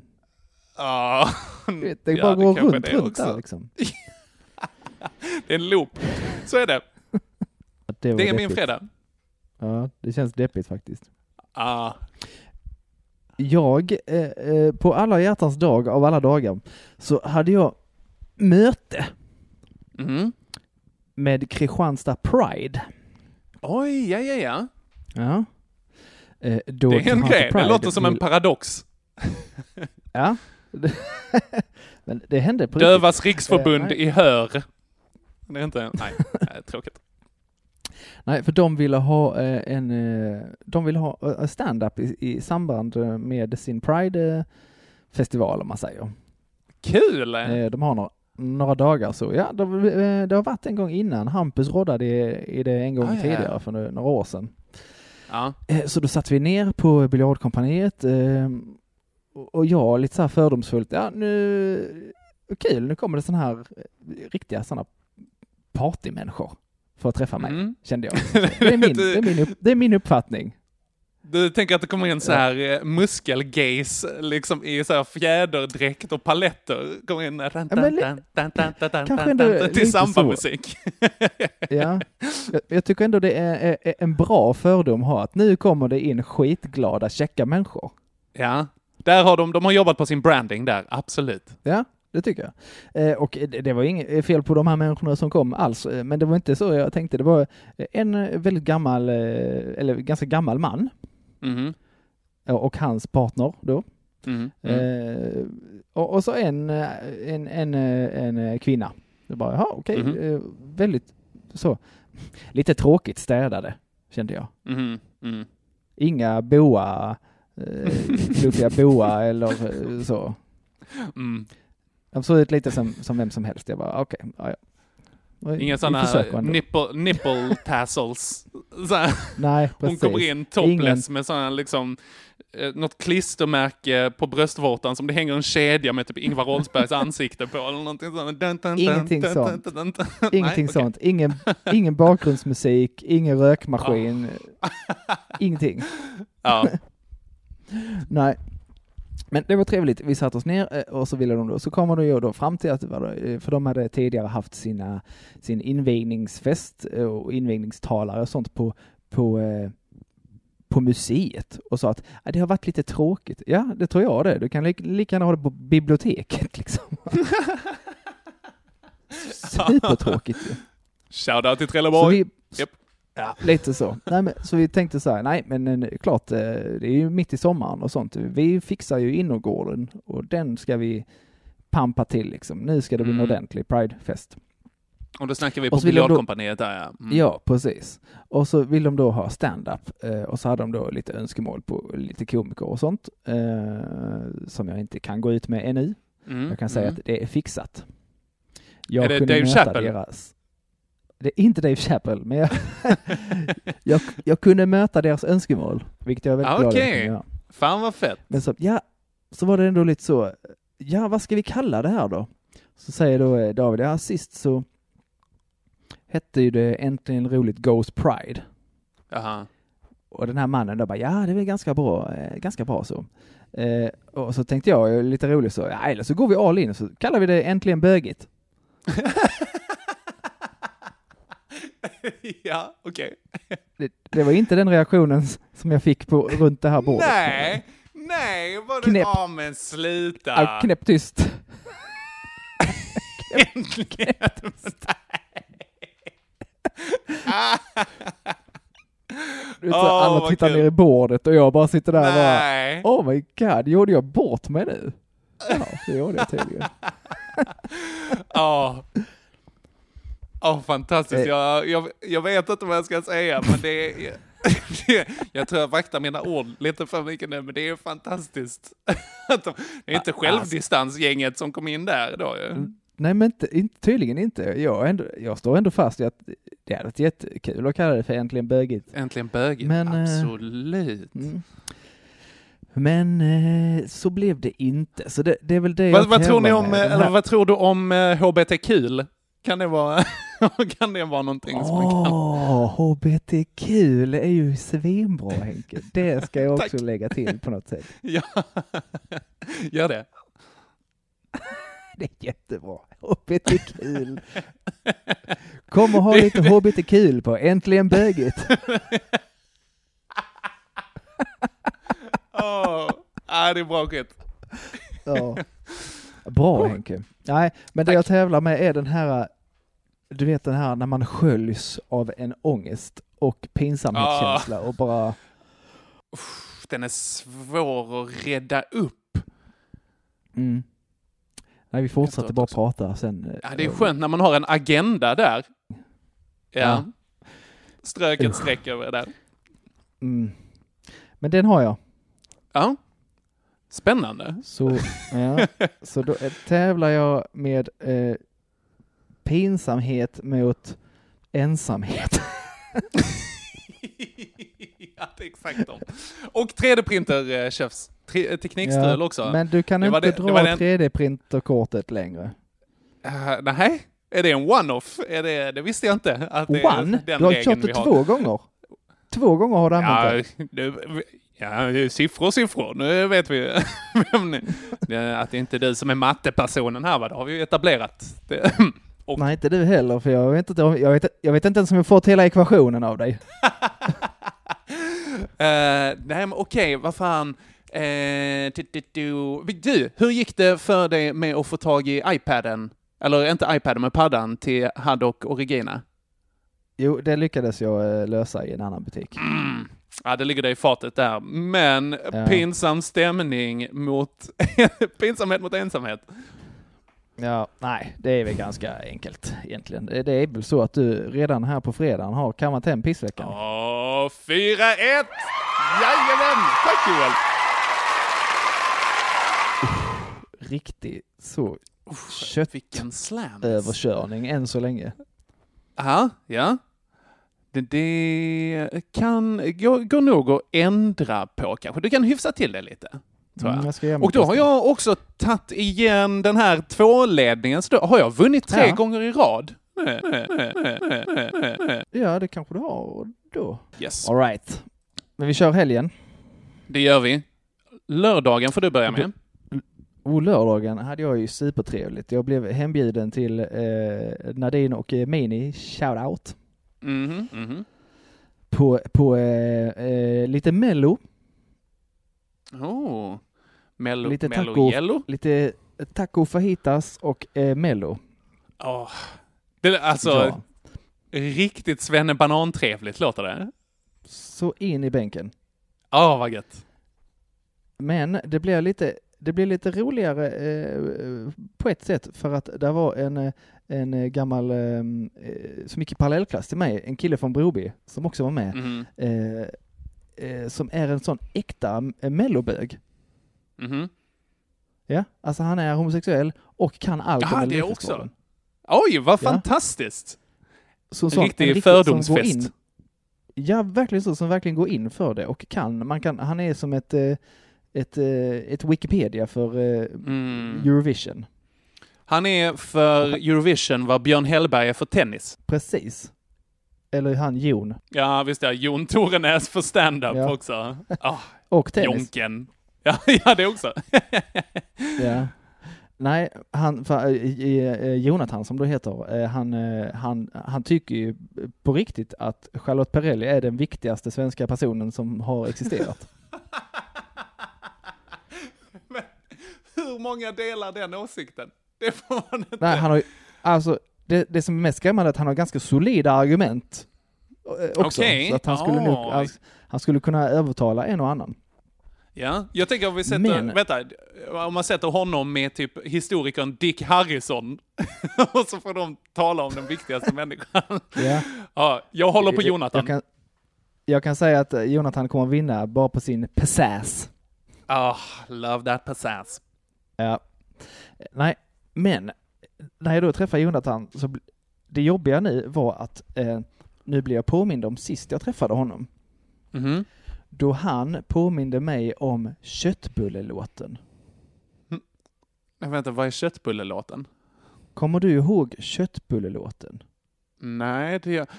Det bara går runt där liksom. Det är en loop. Så är det. Det är deppigt. min fredag. Ja, det känns deppigt faktiskt. Jag, på alla hjärtans dag av alla dagar, så hade jag möte med Kristianstad Pride. Oj, ja. Ja. Det är en grej, det låter som en paradox. Ja. Men det hände på Dövas riksförbund i Hör. Det är inte, nej, tråkigt. Nej, för de ville ha stand-up i samband med sin Pride-festival, om man säger. Kul! De har några dagar så. Ja, det har varit en gång innan. Hampus roddade i det en gång tidigare för några år sedan. Ja. Så då satt vi ner på biljardkompaniet och jag lite så här fördomsfullt. Ja, nu kommer det sån här riktiga såna partymänniskor för att träffa mig, kände jag. Det är min uppfattning. Du tänker att det kommer in så här muskelgays liksom i så här fjäderdräkt och paletter kommer in till sambamusik. Ja. Jag tycker ändå det är en bra fördom att ha, att nu kommer det in skitglada, käcka människor. Ja. Där har de har jobbat på sin branding där, absolut. Ja, det tycker jag. Och det var inget fel på de här människorna som kom alls, men det var inte så jag tänkte. Det var en väldigt gammal, eller ganska gammal man. Och hans partner då. Och så en kvinna. Det bara, väldigt så, lite tråkigt städade, kände jag. Inga fluffiga boa eller så. De såg ut lite som vem som helst. Jag bara, okej. Inga sådana nipple tassels. Nej, precis. Hon kommer in topless med sådana liksom något klistermärke på bröstvårtan som det hänger en kedja med typ Ingvar Oldsbergs ansikte på eller någonting sånt. Ingenting sånt. Ingen bakgrundsmusik, ingen rökmaskin. Ingenting. Ja. Nej. Men det var trevligt. Vi satt oss ner och så ville de då. Så kommer de ju då fram till att för de hade tidigare haft sin invigningsfest och invigningstalare och sånt på museet och sa att det har varit lite tråkigt. Ja, det tror jag det. Du kan lika gärna ha det på biblioteket liksom. Supertråkigt ju. Shoutout till Trelleborg. Ja, lite så. Så vi tänkte så här, men klart, det är ju mitt i sommaren och sånt. Vi fixar ju innergården och den ska vi pampa till liksom. Nu ska det bli en ordentlig Pride-fest. Och då snackar vi på biljardkompaniet där, ja. Ja, precis. Och så vill de då ha stand-up och så hade de då lite önskemål på lite komiker och sånt som jag inte kan gå ut med ännu. Jag kan säga att det är fixat. Är det Dave Chappelle? Det är inte Dave Chappelle, men jag kunde möta deras önskemål, vilket jag är väldigt glad över. Fan vad fett. Men så var det ändå lite så, vad ska vi kalla det här då? Så säger då David, sist så hette ju det Äntligen roligt Ghost Pride. Aha. Och den här mannen då bara, det är väl ganska bra så. Och så tänkte jag lite roligt så, eller så går vi all in och så kallar vi det Äntligen bögigt. Ja, okej. Det var inte den reaktionen som jag fick runt det här bordet. Nej, var det men sluta. Knäpptyst. Knäpptyst. Alla tittar ner i bordet och jag bara sitter där och bara, oh my god, gjorde jag bort mig nu? Ja, det gjorde jag tydligen. Fantastiskt. Jag vet inte vad jag ska säga, men jag tror jag vaktar mina ord lite för mycket nu, men det är fantastiskt. Det är inte självdistansgänget som kom in där då. Nej, men tydligen inte. Jag står ändå fast i att det är jättekul att kalla det för Äntligen bögigt. Äntligen bögigt, absolut. Men så blev det inte. Så det är väl det vad tror ni om, eller vad tror du om HBTQ? Kan det vara någonting som man kan? HBTQ är ju svinbra, Henke. Det ska jag också lägga till på något sätt. Ja, gör det. Det är jättebra. HBTQ. Kom och ha lite HBTQ på Äntligen bögigt. Ja, det är bra skit. Ja. Bra Henke. Nej, men det jag tävlar med är den här, du vet den här när man sköljs av en ångest och pinsamhetskänsla och bara... Den är svår att rädda upp. Mm. Nej, vi fortsätter bara prata sen. Ja, det är skönt när man har en agenda där. Ja. Ströket sträck över där. Mm. Men den har jag. Ja. Spännande. Så då tävlar jag med pinsamhet mot ensamhet. Ja, det är exakt om. Och 3D-printer, chefs. Teknikstrul också. Men du kan inte dra 3D-printerkortet längre. Nej, är det en one-off? Det visste jag inte. Att det One? Den du har kört det 2 gånger. 2 gånger har du använt det. Ja, siffror. Nu vet vi att det inte är du som är mattepersonen här, va? Det har vi ju etablerat. Nej, inte du heller, för jag vet inte ens om jag fått hela ekvationen av dig. Nej, men okej, vad fan. Du, hur gick det för dig med att få tag i iPaden? Eller inte iPaden, men paddan till Haddock och Regina? Jo, det lyckades jag lösa i en annan butik. Ja, det ligger det i fatet där. Men pinsam stämning mot pinsamhet mot ensamhet. Ja, nej, det är väl ganska enkelt egentligen. Det är väl så att du redan här på fredagen har kammat hem pissveckan. 4-1! Jajamän! Tack Joel! Riktigt så överkörning än så länge. Aha, ja. Det kan gå nog att ändra på kanske. Du kan hyfsa till det lite. Och då har jag också tagit igen den här 2-ledningen. Så då har jag vunnit 3 gånger i rad. Ja, det kanske du har då. Yes. All right. Men vi kör helgen. Det gör vi. Lördagen får du börja med. Lördagen hade jag ju supertrevligt. Jag blev hembjuden till Nadine och Mini. Shout out. På lite mello. Lite taco, lite taco fajitas och mello. Det är alltså riktigt svennebanantrevligt låter det. Så in i bänken. Vad gött. Men det blir lite roligare på ett sätt, för att det var en gammal som gick i parallellklass till mig, en kille från Broby som också var med, som är en sån äkta mellobög. Ja, alltså han är homosexuell och kan allt om Melodifestivalen. Oj, vad fantastiskt! Så riktig fördomsfest. Ja, verkligen så, som verkligen går in för det och han är som ett Wikipedia för Eurovision. Han är för Eurovision vad Björn Hellberg är för tennis. Precis. Eller han Jon. Ja, visst är Jon Torenäs för stand-up också. Och tennis. Jonken. Ja, det också. Ja. Nej, Jonathan som då heter, han tycker ju på riktigt att Charlotte Perrelli är den viktigaste svenska personen som har existerat. Men hur många delar den åsikten? Det får man inte. Nej, han har alltså det som är mest skrämmande är att han har ganska solida argument också. Okay. Så att han skulle kunna övertala en och annan. Ja, jag tänker om vi sätter, om man sätter honom med typ historikern Dick Harrison och så får de tala om den viktigaste människan. Ja, jag håller på Jonathan. Jag kan säga att Jonathan kommer vinna bara på sin pizzazz. Love that pizzazz. Ja. Nej, men när jag då träffade Jonathan så det jobbiga nu var att nu blir jag påmind om sist jag träffade honom. Då han påminde mig om köttbullelåten. Vänta, vad är köttbullelåten? Kommer du ihåg köttbullelåten? Nej,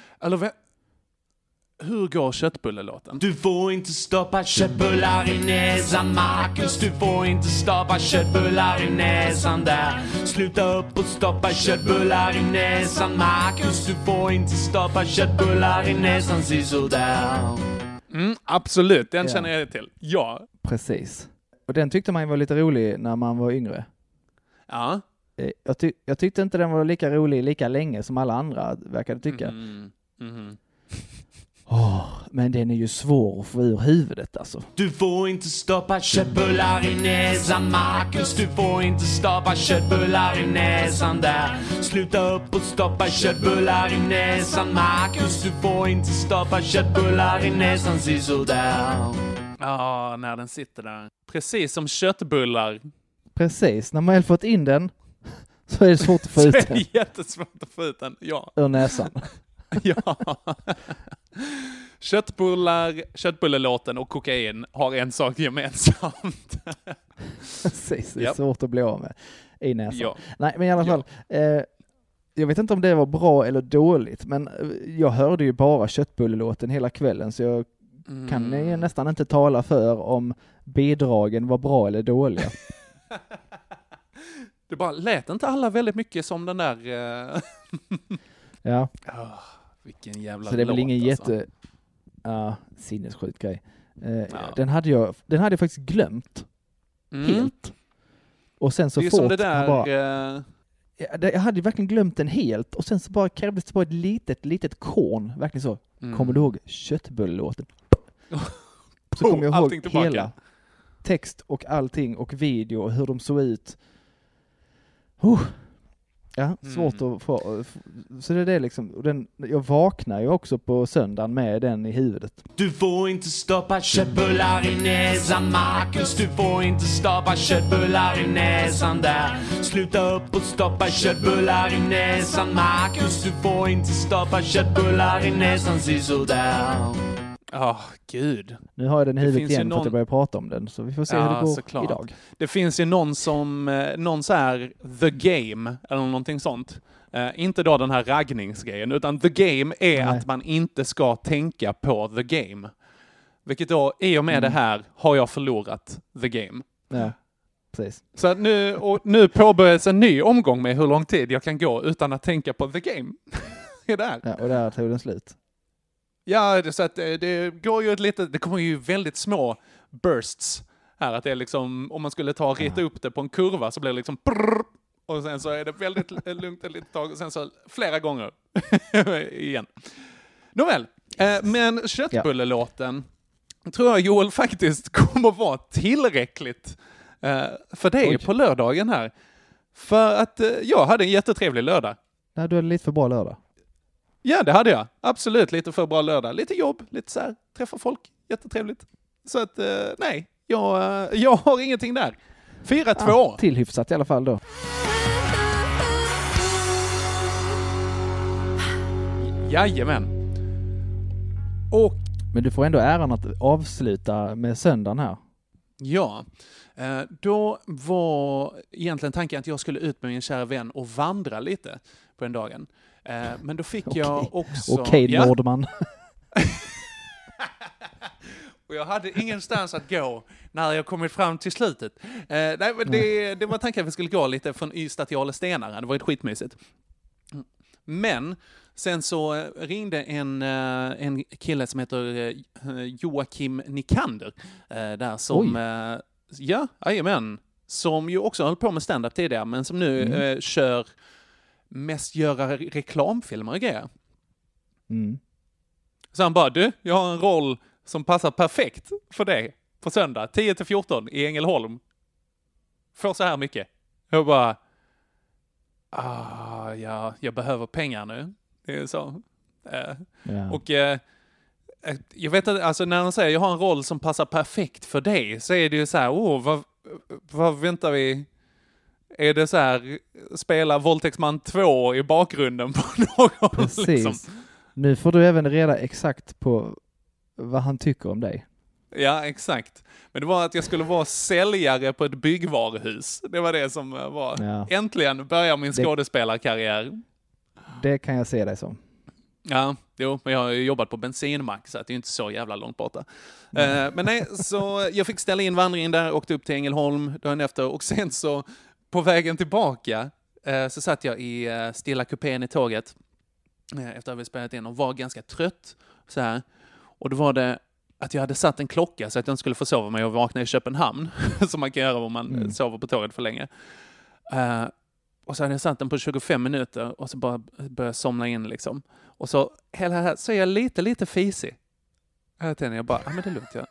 hur går köttbullelåten? Du får inte stoppa köttbullar i näsan, Marcus. Du får inte stoppa köttbullar i näsan där. Sluta upp och stoppa köttbullar i näsan, Marcus. Du får inte stoppa köttbullar i näsan, så där. Absolut, den känner jag till. Ja. Precis. Och den tyckte man var lite rolig när man var yngre. Ja. Jag tyckte inte den var lika rolig lika länge som alla andra verkade tycka. Men den är ju svår att få ur huvudet alltså. Du får inte stoppa köttbullar i näsan, Marcus. Du får inte stoppa köttbullar i näsan där. Sluta upp och stoppa köttbullar i näsan, Marcus. Du får inte stoppa köttbullar i näsan, sådär. Ja, när den sitter där. Precis som köttbullar. Precis, när man väl fått in den så är det svårt att få ut den. Så är det jättesvårt att få ut den, ja. Ur näsan. Ja. Köttbullar, köttbullelåten och kokain har en sak gemensamt. Precis, det är svårt att bli av med i näsan. Ja. Nej, men i alla fall, jag vet inte om det var bra eller dåligt, men jag hörde ju bara köttbullelåten hela kvällen, så jag kan nästan inte tala för om bidragen var bra eller dåliga. Det bara lät inte alla väldigt mycket som den där... Ja. Vilken jävla så det är väl ingen alltså. Sinnessjuk grej. Den hade jag faktiskt glömt helt. Och sen så det är fort som det där... jag hade verkligen glömt den helt, och sen så bara krävdes det bara ett litet korn, verkligen så. Kommer du ihåg köttbullelåten? Så kommer jag ihåg hela text och allting och video och hur de såg ut. Svårt att få. Så det är det liksom. Jag vaknar ju också på söndagen med den i huvudet. Du får inte stoppa köttbullar i näsan, Marcus. Du får inte stoppa köttbullar i näsan där. Sluta upp och stoppa köttbullar i näsan, Marcus. Du får inte stoppa köttbullar i näsan, sådär. Gud. Nu har jag den i huvudet igen för att jag börjar prata om den, så vi får se hur det går såklart. idag. Det finns ju någon så här The Game eller någonting sånt. Inte då den här raggningsgrejen, utan The Game är att man inte ska tänka på The Game. Vilket då, i och med det här, har jag förlorat The Game. Ja, precis. Så att nu påbörjas en ny omgång med hur lång tid jag kan gå utan att tänka på The Game. är där. Ja, och där tog den slut. Ja, så att det går ju det kommer ju väldigt små bursts här, att det är liksom, om man skulle rita upp det på en kurva så blir det liksom prrr, och sen så är det väldigt lugnt ett litet tag och sen så flera gånger igen. Nåväl, men köttbullelåten tror jag, Joel, faktiskt kommer vara tillräckligt för dig på lördagen här. För att jag hade en jättetrevlig lördag. Nej, du hade lite för bra lördag. Ja, det hade jag. Absolut, lite för bra lördag. Lite jobb, lite så här, träffa folk. Jättetrevligt. Så att, nej, jag har ingenting där. 4-2. Tillhyfsat i alla fall då. Jajamän. Men du får ändå äran att avsluta med söndagen här. Ja, då var egentligen tanken att jag skulle ut med min kära vän och vandra lite på den dagen. Men då fick jag också... Okej, Nordman. Och jag hade ingenstans att gå när jag kommit fram till slutet. Nej, men det var tanken att vi skulle gå lite från Ystad till Alestenar. Det var ett skitmysigt. Men sen så ringde en kille som heter Joakim Nikander. Där som... jajamän. Som ju också höll på med stand-up tidigare, men som nu kör... mest göra reklamfilmer och grejer. Så han bara, jag har en roll som passar perfekt för dig på söndag 10-14 i Ängelholm. Får så här mycket. Jag bara, jag behöver pengar nu. Det är så. Och jag vet att, alltså när de säger jag har en roll som passar perfekt för dig, så är det ju så här, vad väntar vi? Är det så här, spela Våldtäktsman 2 i bakgrunden på någon? Precis. Liksom. Nu får du även reda exakt på vad han tycker om dig. Ja, exakt. Men det var att jag skulle vara säljare på ett byggvaruhus. Det var det som var. Ja. Äntligen börjar min skådespelarkarriär. Det kan jag se dig som. Ja, men jag har ju jobbat på bensinmack, så att det är inte så jävla långt borta. Men nej, så jag fick ställa in vandringen där, åkte upp till Ängelholm dagen efter, och sen så på vägen tillbaka så satt jag i stilla kupén i tåget efter att vi spelat in och var ganska trött så här. Och då var det att jag hade satt en klocka så att jag inte skulle få sova mig och vakna i Köpenhamn. Som man kan göra om man sover på tåget för länge. Och så hade jag satt den på 25 minuter och så bara började jag somna in liksom. Och så hela här så är jag lite fisig. Jag bara, men det är lugnt jag.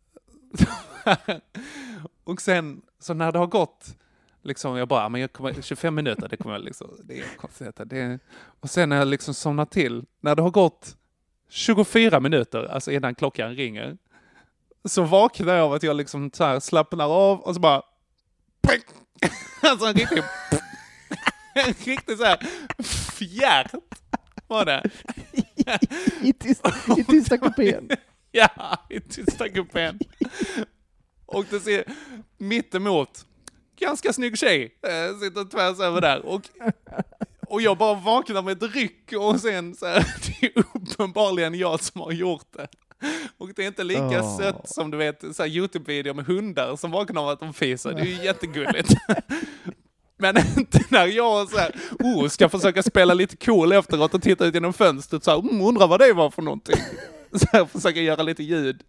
Och sen så när det har gått liksom, jag bara, men jag kommer 25 minuter, det kommer jag liksom, det är konstigt. Och sen när jag liksom somnar till, när det har gått 24 minuter, alltså innan klockan ringer, så vaknar jag av att jag liksom så här slappnar av och så bara alltså en riktigt så här fjärt var det. I tysta kupén. Ja, i tysta kupén. Och det ser mittemot ganska snygg tjej sitter tvärs över där och jag bara vaknar med ett ryck och sen så här, det är uppenbarligen jag som har gjort det. Och det är inte lika sött som du vet så här YouTube-videor med hundar som vaknar av att de fiser. Det är ju jättegulligt. Men inte när jag så här, ska försöka spela lite cool efteråt och titta ut genom fönstret så här, undrar vad det var för någonting. Så här, försöka göra lite ljud.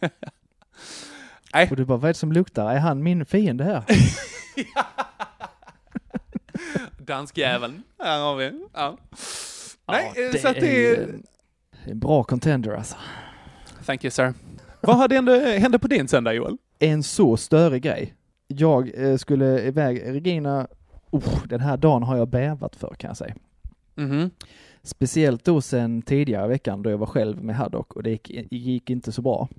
Och du bara, vad är det som luktar? Är han min fiende här? Danskjäveln. Här har vi. Ja. Nej, det så att det är en bra contender alltså. Thank you, sir. Vad hände på din söndag, Joel? En så störig grej. Jag skulle iväg, Regina, den här dagen har jag bävat för kan jag säga. Speciellt då sen tidigare veckan då jag var själv med Haddock och det gick inte så bra.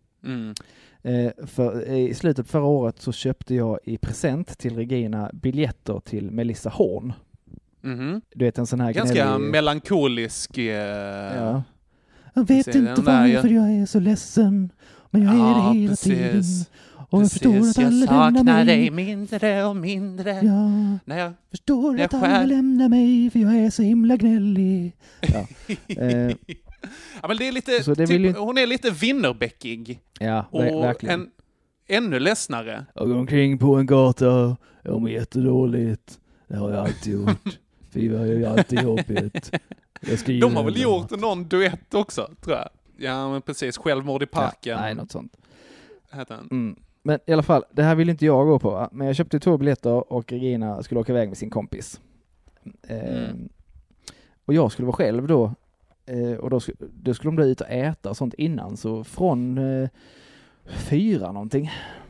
För i slutet förra året så köpte jag i present till Regina biljetter till Melissa Horn. Du vet en sån här ganska melankolisk ja. Jag vet inte varför jag är så ledsen, men jag är det hela tiden. Och jag förstår att alla saknar dig mindre och mindre. Ja, när jag förstår att alla lämnar mig för jag är så himla gnällig. Ja. Ja, men det är lite, hon är lite vinnerbäckig. Ja, och verkligen. Ännu ledsnare. Jag går omkring på en gata, jag mår jättedåligt. Det har jag alltid gjort. För jag har ju alltid jobbigt. De har väl gjort någon duett också, tror jag. Ja, men precis. Självmord i parken. Ja, nej, något sånt. Men i alla fall, det här vill inte jag gå på, va? Men jag köpte 2 biljetter och Regina skulle åka iväg med sin kompis. Och jag skulle vara själv då. Och då skulle de ut och äta och sånt innan. Så från 4 någonting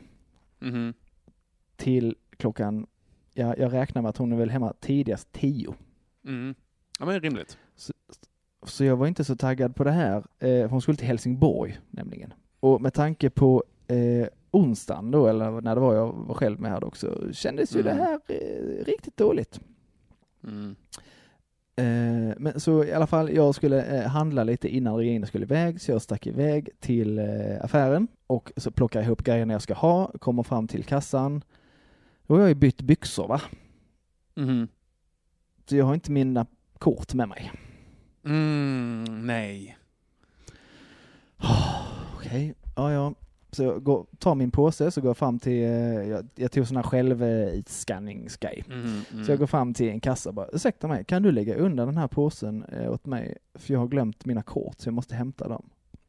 till klockan, jag räknar med att hon är väl hemma tidigast 10. Ja, men rimligt. Så jag var inte så taggad på det här. För hon skulle till Helsingborg nämligen. Och med tanke på onsdagen då, eller när det var jag var själv med här också, kändes ju det här riktigt dåligt. Men så i alla fall, jag skulle handla lite innan Regina skulle iväg, så jag stack iväg till affären och så plockar jag ihop grejerna jag ska ha, kommer fram till kassan. Då har jag ju bytt byxor, va? Så jag har inte mina kort med mig. Nej. Okej, ja. Så jag tar min påse, så går jag fram till, jag tog sån här självutskanningsgrej. Så jag går fram till en kassa och bara, ursäkta mig, kan du lägga undan den här påsen åt mig? För jag har glömt mina kort, så jag måste hämta dem.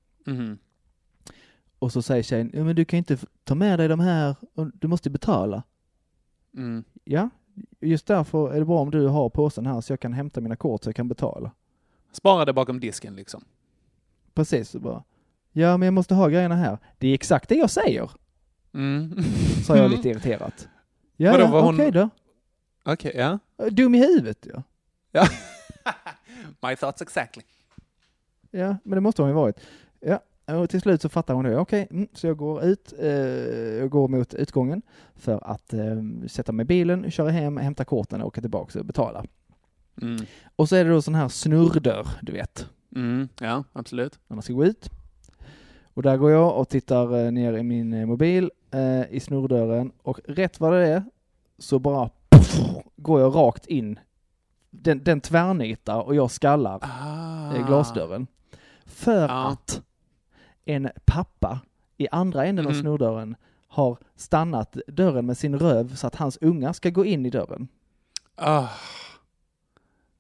Och så säger tjejen, ja, men du kan inte ta med dig de här, och du måste betala. Ja, just därför är det bra om du har påsen här så jag kan hämta mina kort så jag kan betala. Spara det bakom disken liksom. Precis, så bara. Ja, men jag måste ha grejerna här. Det är exakt det jag säger. Sa jag lite irriterat. Ja, okej då. Okej, ja. Dum i huvudet, ja. Ja. My thoughts exactly. Ja, men det måste hon ju varit. Ja, och till slut så fattar hon det. Okej, så jag går ut, jag går mot utgången för att sätta mig i bilen, köra hem, hämta korten och åka tillbaka och betala. Och så är det då sån här snurrdörr, du vet. Ja, absolut. När man ska gå ut. Och där går jag och tittar ner i min mobil i snurrdörren. Och rätt vad det är så bara går jag rakt in. Den tvärnitar och jag skallar glasdörren. För att en pappa i andra änden av snurrdörren har stannat dörren med sin röv så att hans unga ska gå in i dörren.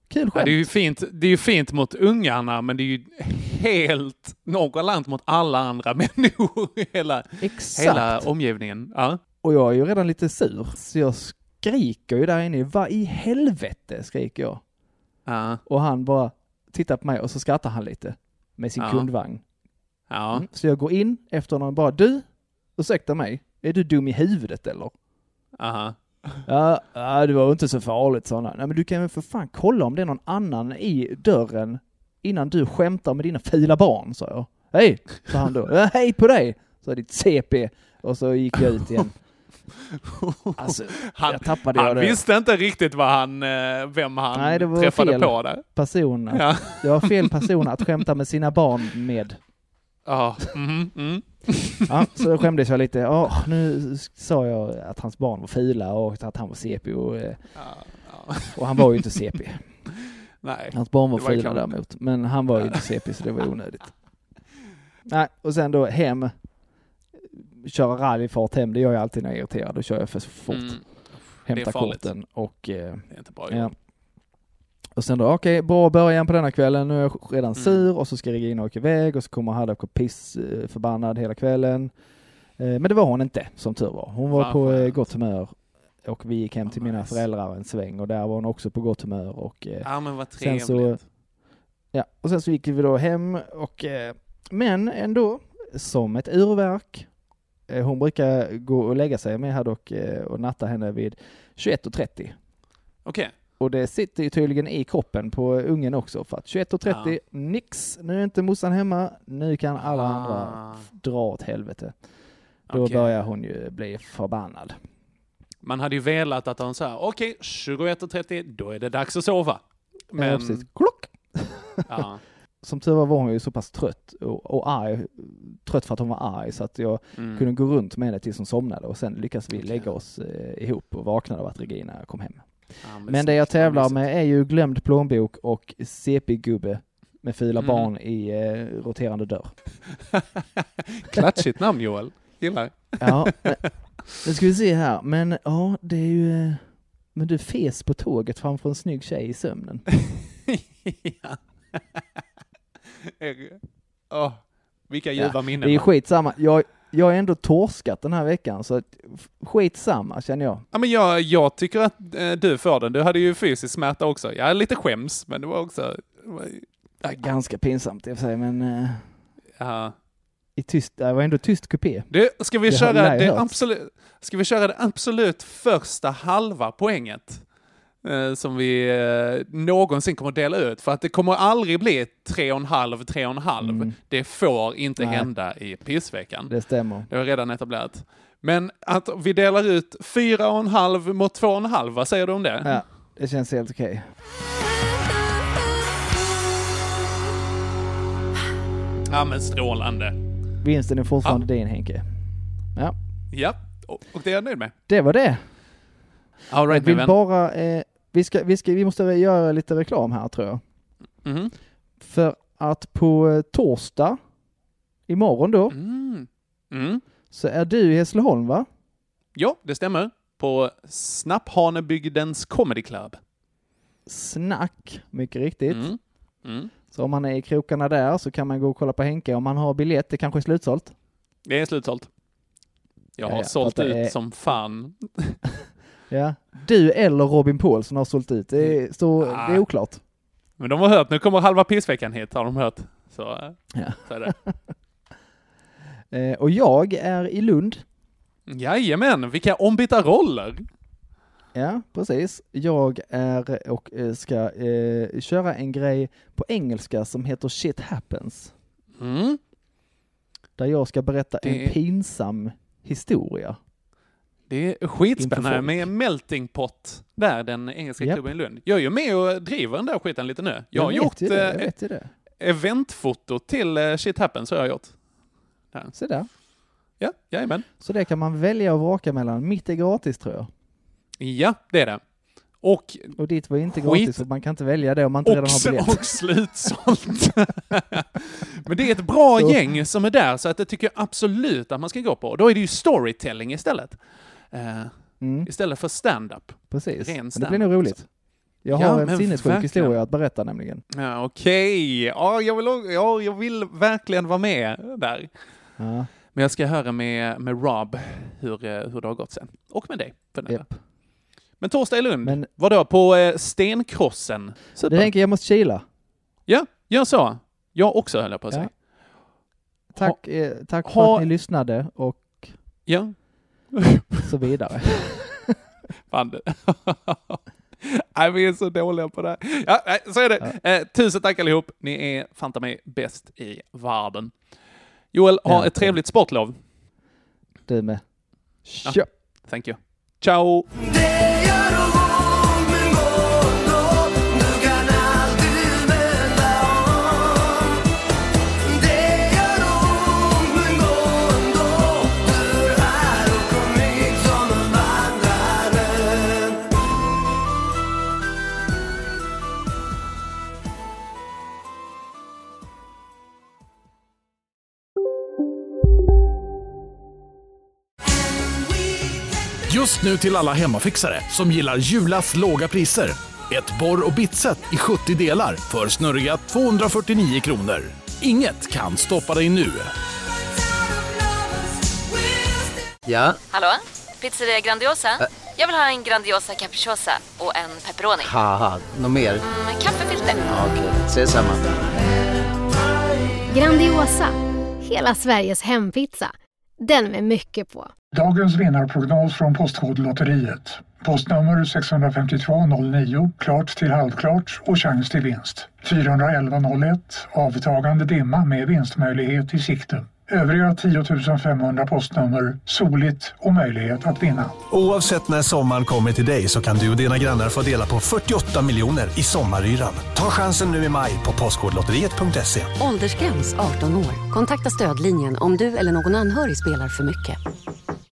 Kul skämt. Det är ju fint mot ungarna, men det är ju helt nonchalant mot alla andra människor i hela omgivningen. Ja. Och jag är ju redan lite sur, så jag skriker ju där inne. Vad i helvete, skriker jag. Ja. Och han bara tittar på mig och så skrattar han lite med sin kundvagn. Ja. Så jag går in efter honom och bara, du, ursäkta mig, är du dum i huvudet eller? Aha. Ja, det var inte så farligt, sådana. Nej, men du kan väl för fan kolla om det är någon annan i dörren innan du skämtar med dina fila barn, sa jag. Hej, sa han då. Hej på dig, sa ditt CP. Och så gick jag ut igen. Alltså, han visste inte riktigt vem han träffade på där. Person. Ja. Det var fel person att skämta med sina barn med. Ja. Ja, så då skämdes jag lite. Nu sa jag att hans barn var fila och att han var CP. Och han var ju inte CP. Nej. Hans barn var fila däremot. Men han var ju inte CP, så det var onödigt. Nej, och sen då hem. Köra rallyfart hem, det gör jag alltid när jag är irriterad. Då kör jag för fort. Hämta korten och... det är inte bra. Ja. Och sen då, okej, bra början på denna kvällen. Nu är jag redan sur och så ska Regina åka iväg och så kommer Haddock och piss förbannad hela kvällen. Men det var hon inte, som tur var. Hon var på gott humör och vi gick hem till mina föräldrar en sväng och där var hon också på gott humör. Och, ja, men vad trevligt. Och sen så gick vi då hem och men ändå som ett urverk. Hon brukar gå och lägga sig med Haddock och natta henne vid 21:30. Okej. Och det sitter ju tydligen i kroppen på ungen också. För att 21:30, nix, nu är inte morsan hemma. Nu kan alla andra dra åt helvete. Då börjar hon ju bli förbannad. Man hade ju velat att hon sa, okej, 21:30, då är det dags att sova. Men... Ja, precis. Klock! Ja. Som tur var hon ju så pass trött och arg. Trött för att hon var arg så att jag kunde gå runt med henne tills hon somnade. Och sen lyckades vi lägga oss ihop och vaknade av att Regina kom hem. Ja, men det jag tävlar med är ju glömd plånbok och CP-gubbe med fila barn i roterande dörr. Klatschigt namn, Joel. Gillar. Ja, nu ska vi se här. Men ja, det är ju... Men du fes på tåget framför en snygg tjej i sömnen. Ja. Vilka ljuva minnen. Det är ju skitsamma. Jag är ändå torskat den här veckan, så att skitsamma känner jag. Ja, men jag tycker att du får den. Du hade ju fysisk smärta också. Jag är lite skäms, men det var också... Ganska pinsamt i och för sig, men... Ja. Det var ändå tyst kupé. Ska vi köra det absolut första halva poänget som vi någonsin kommer att dela ut? För att det kommer aldrig bli 3,5. Det får inte hända i pissveckan. Det stämmer. Det har redan etablerat. Men att vi delar ut 4,5 mot 2,5, vad säger du om det? Ja, det känns helt okej. Ja, men strålande. Vinsten är fortfarande din, Henke. Ja. Ja, och det är jag nöjd med. Det var det. All right, jag vill bara... vi måste göra lite reklam här, tror jag. Mm. För att på torsdag, imorgon då, så är du i Hässleholm, va? Ja, det stämmer. På Snapphanebygdens Comedy Club. Snack, mycket riktigt. Så om man är i krokarna där så kan man gå och kolla på Henke. Om man har biljett, det kanske är slutsålt. Det är slutsålt. Jag har sålt ut som fan. Ja, du eller Robin Paulsson har sålt ut. Det är oklart. Men de har hört, nu kommer halva pissveckan hit, har de hört. Så är det. Och jag är i Lund. Jajamän, vilka ombytta roller. Ja, precis. Jag är och ska köra en grej på engelska som heter Shit Happens. Där jag ska berätta en pinsam historia. Det är skitspännande med Melting Pot där, den engelska klubben i Lund. Jag är ju med och driver den där skiten lite nu. Jag har gjort eventfoto till Shit Happens, har jag gjort. Där. Så där. Ja, jajamän. Så det kan man välja och vraka mellan. Mitt är gratis, tror jag. Ja, det är det. Och dit var inte gratis, så man kan inte välja det om man inte redan har biljett. Och slutsålt. Men det är ett bra gäng som är där, så att det tycker jag absolut att man ska gå på. Då är det ju storytelling istället. Istället för stand-up. Precis, ren stand-up. Det blir nog roligt. Jag har en sinnessjuk historia att berätta nämligen. Ja, okej. Ja, jag vill verkligen vara med där. Ja. Men jag ska höra med Rob hur det har gått sen. Och med dig. Yep. Men torsdag i Lund, vadå? På Stenkrossen? Super. Det tänker jag måste kila. Ja, gör så. Jag också höll jag på att säga. Tack för att ni lyssnade och så vidare. Fan. Nej, vi är så dåliga på det. Ja, så är det. Ja. Tusen tack allihop. Ni är fanta mig bäst i världen. Joel, ha ett trevligt sportlov. Du med. Ja. Thank you. Ciao! Just nu till alla hemmafixare som gillar Julas låga priser. Ett borr- och bitset i 70 delar för snurriga 249 kronor. Inget kan stoppa dig nu. Ja? Hallå? Pizzeria Grandiosa? Jag vill ha en Grandiosa capriciosa och en pepperoni. Haha, något mer? Kaffefilter. Ja, okej, ses samma. Grandiosa, hela Sveriges hempizza. Den med mycket på. Dagens vinnarprognos från Postkodlotteriet. Postnummer 65209, klart till halvklart och chans till vinst. 41101, avtagande dimma med vinstmöjlighet i sikte. Övriga 10 500 postnummer, soligt och möjlighet att vinna. Oavsett när sommaren kommer till dig så kan du och dina grannar få dela på 48 miljoner i sommaryran. Ta chansen nu i maj på postkodlotteriet.se. Åldersgräns 18 år. Kontakta stödlinjen om du eller någon anhörig spelar för mycket.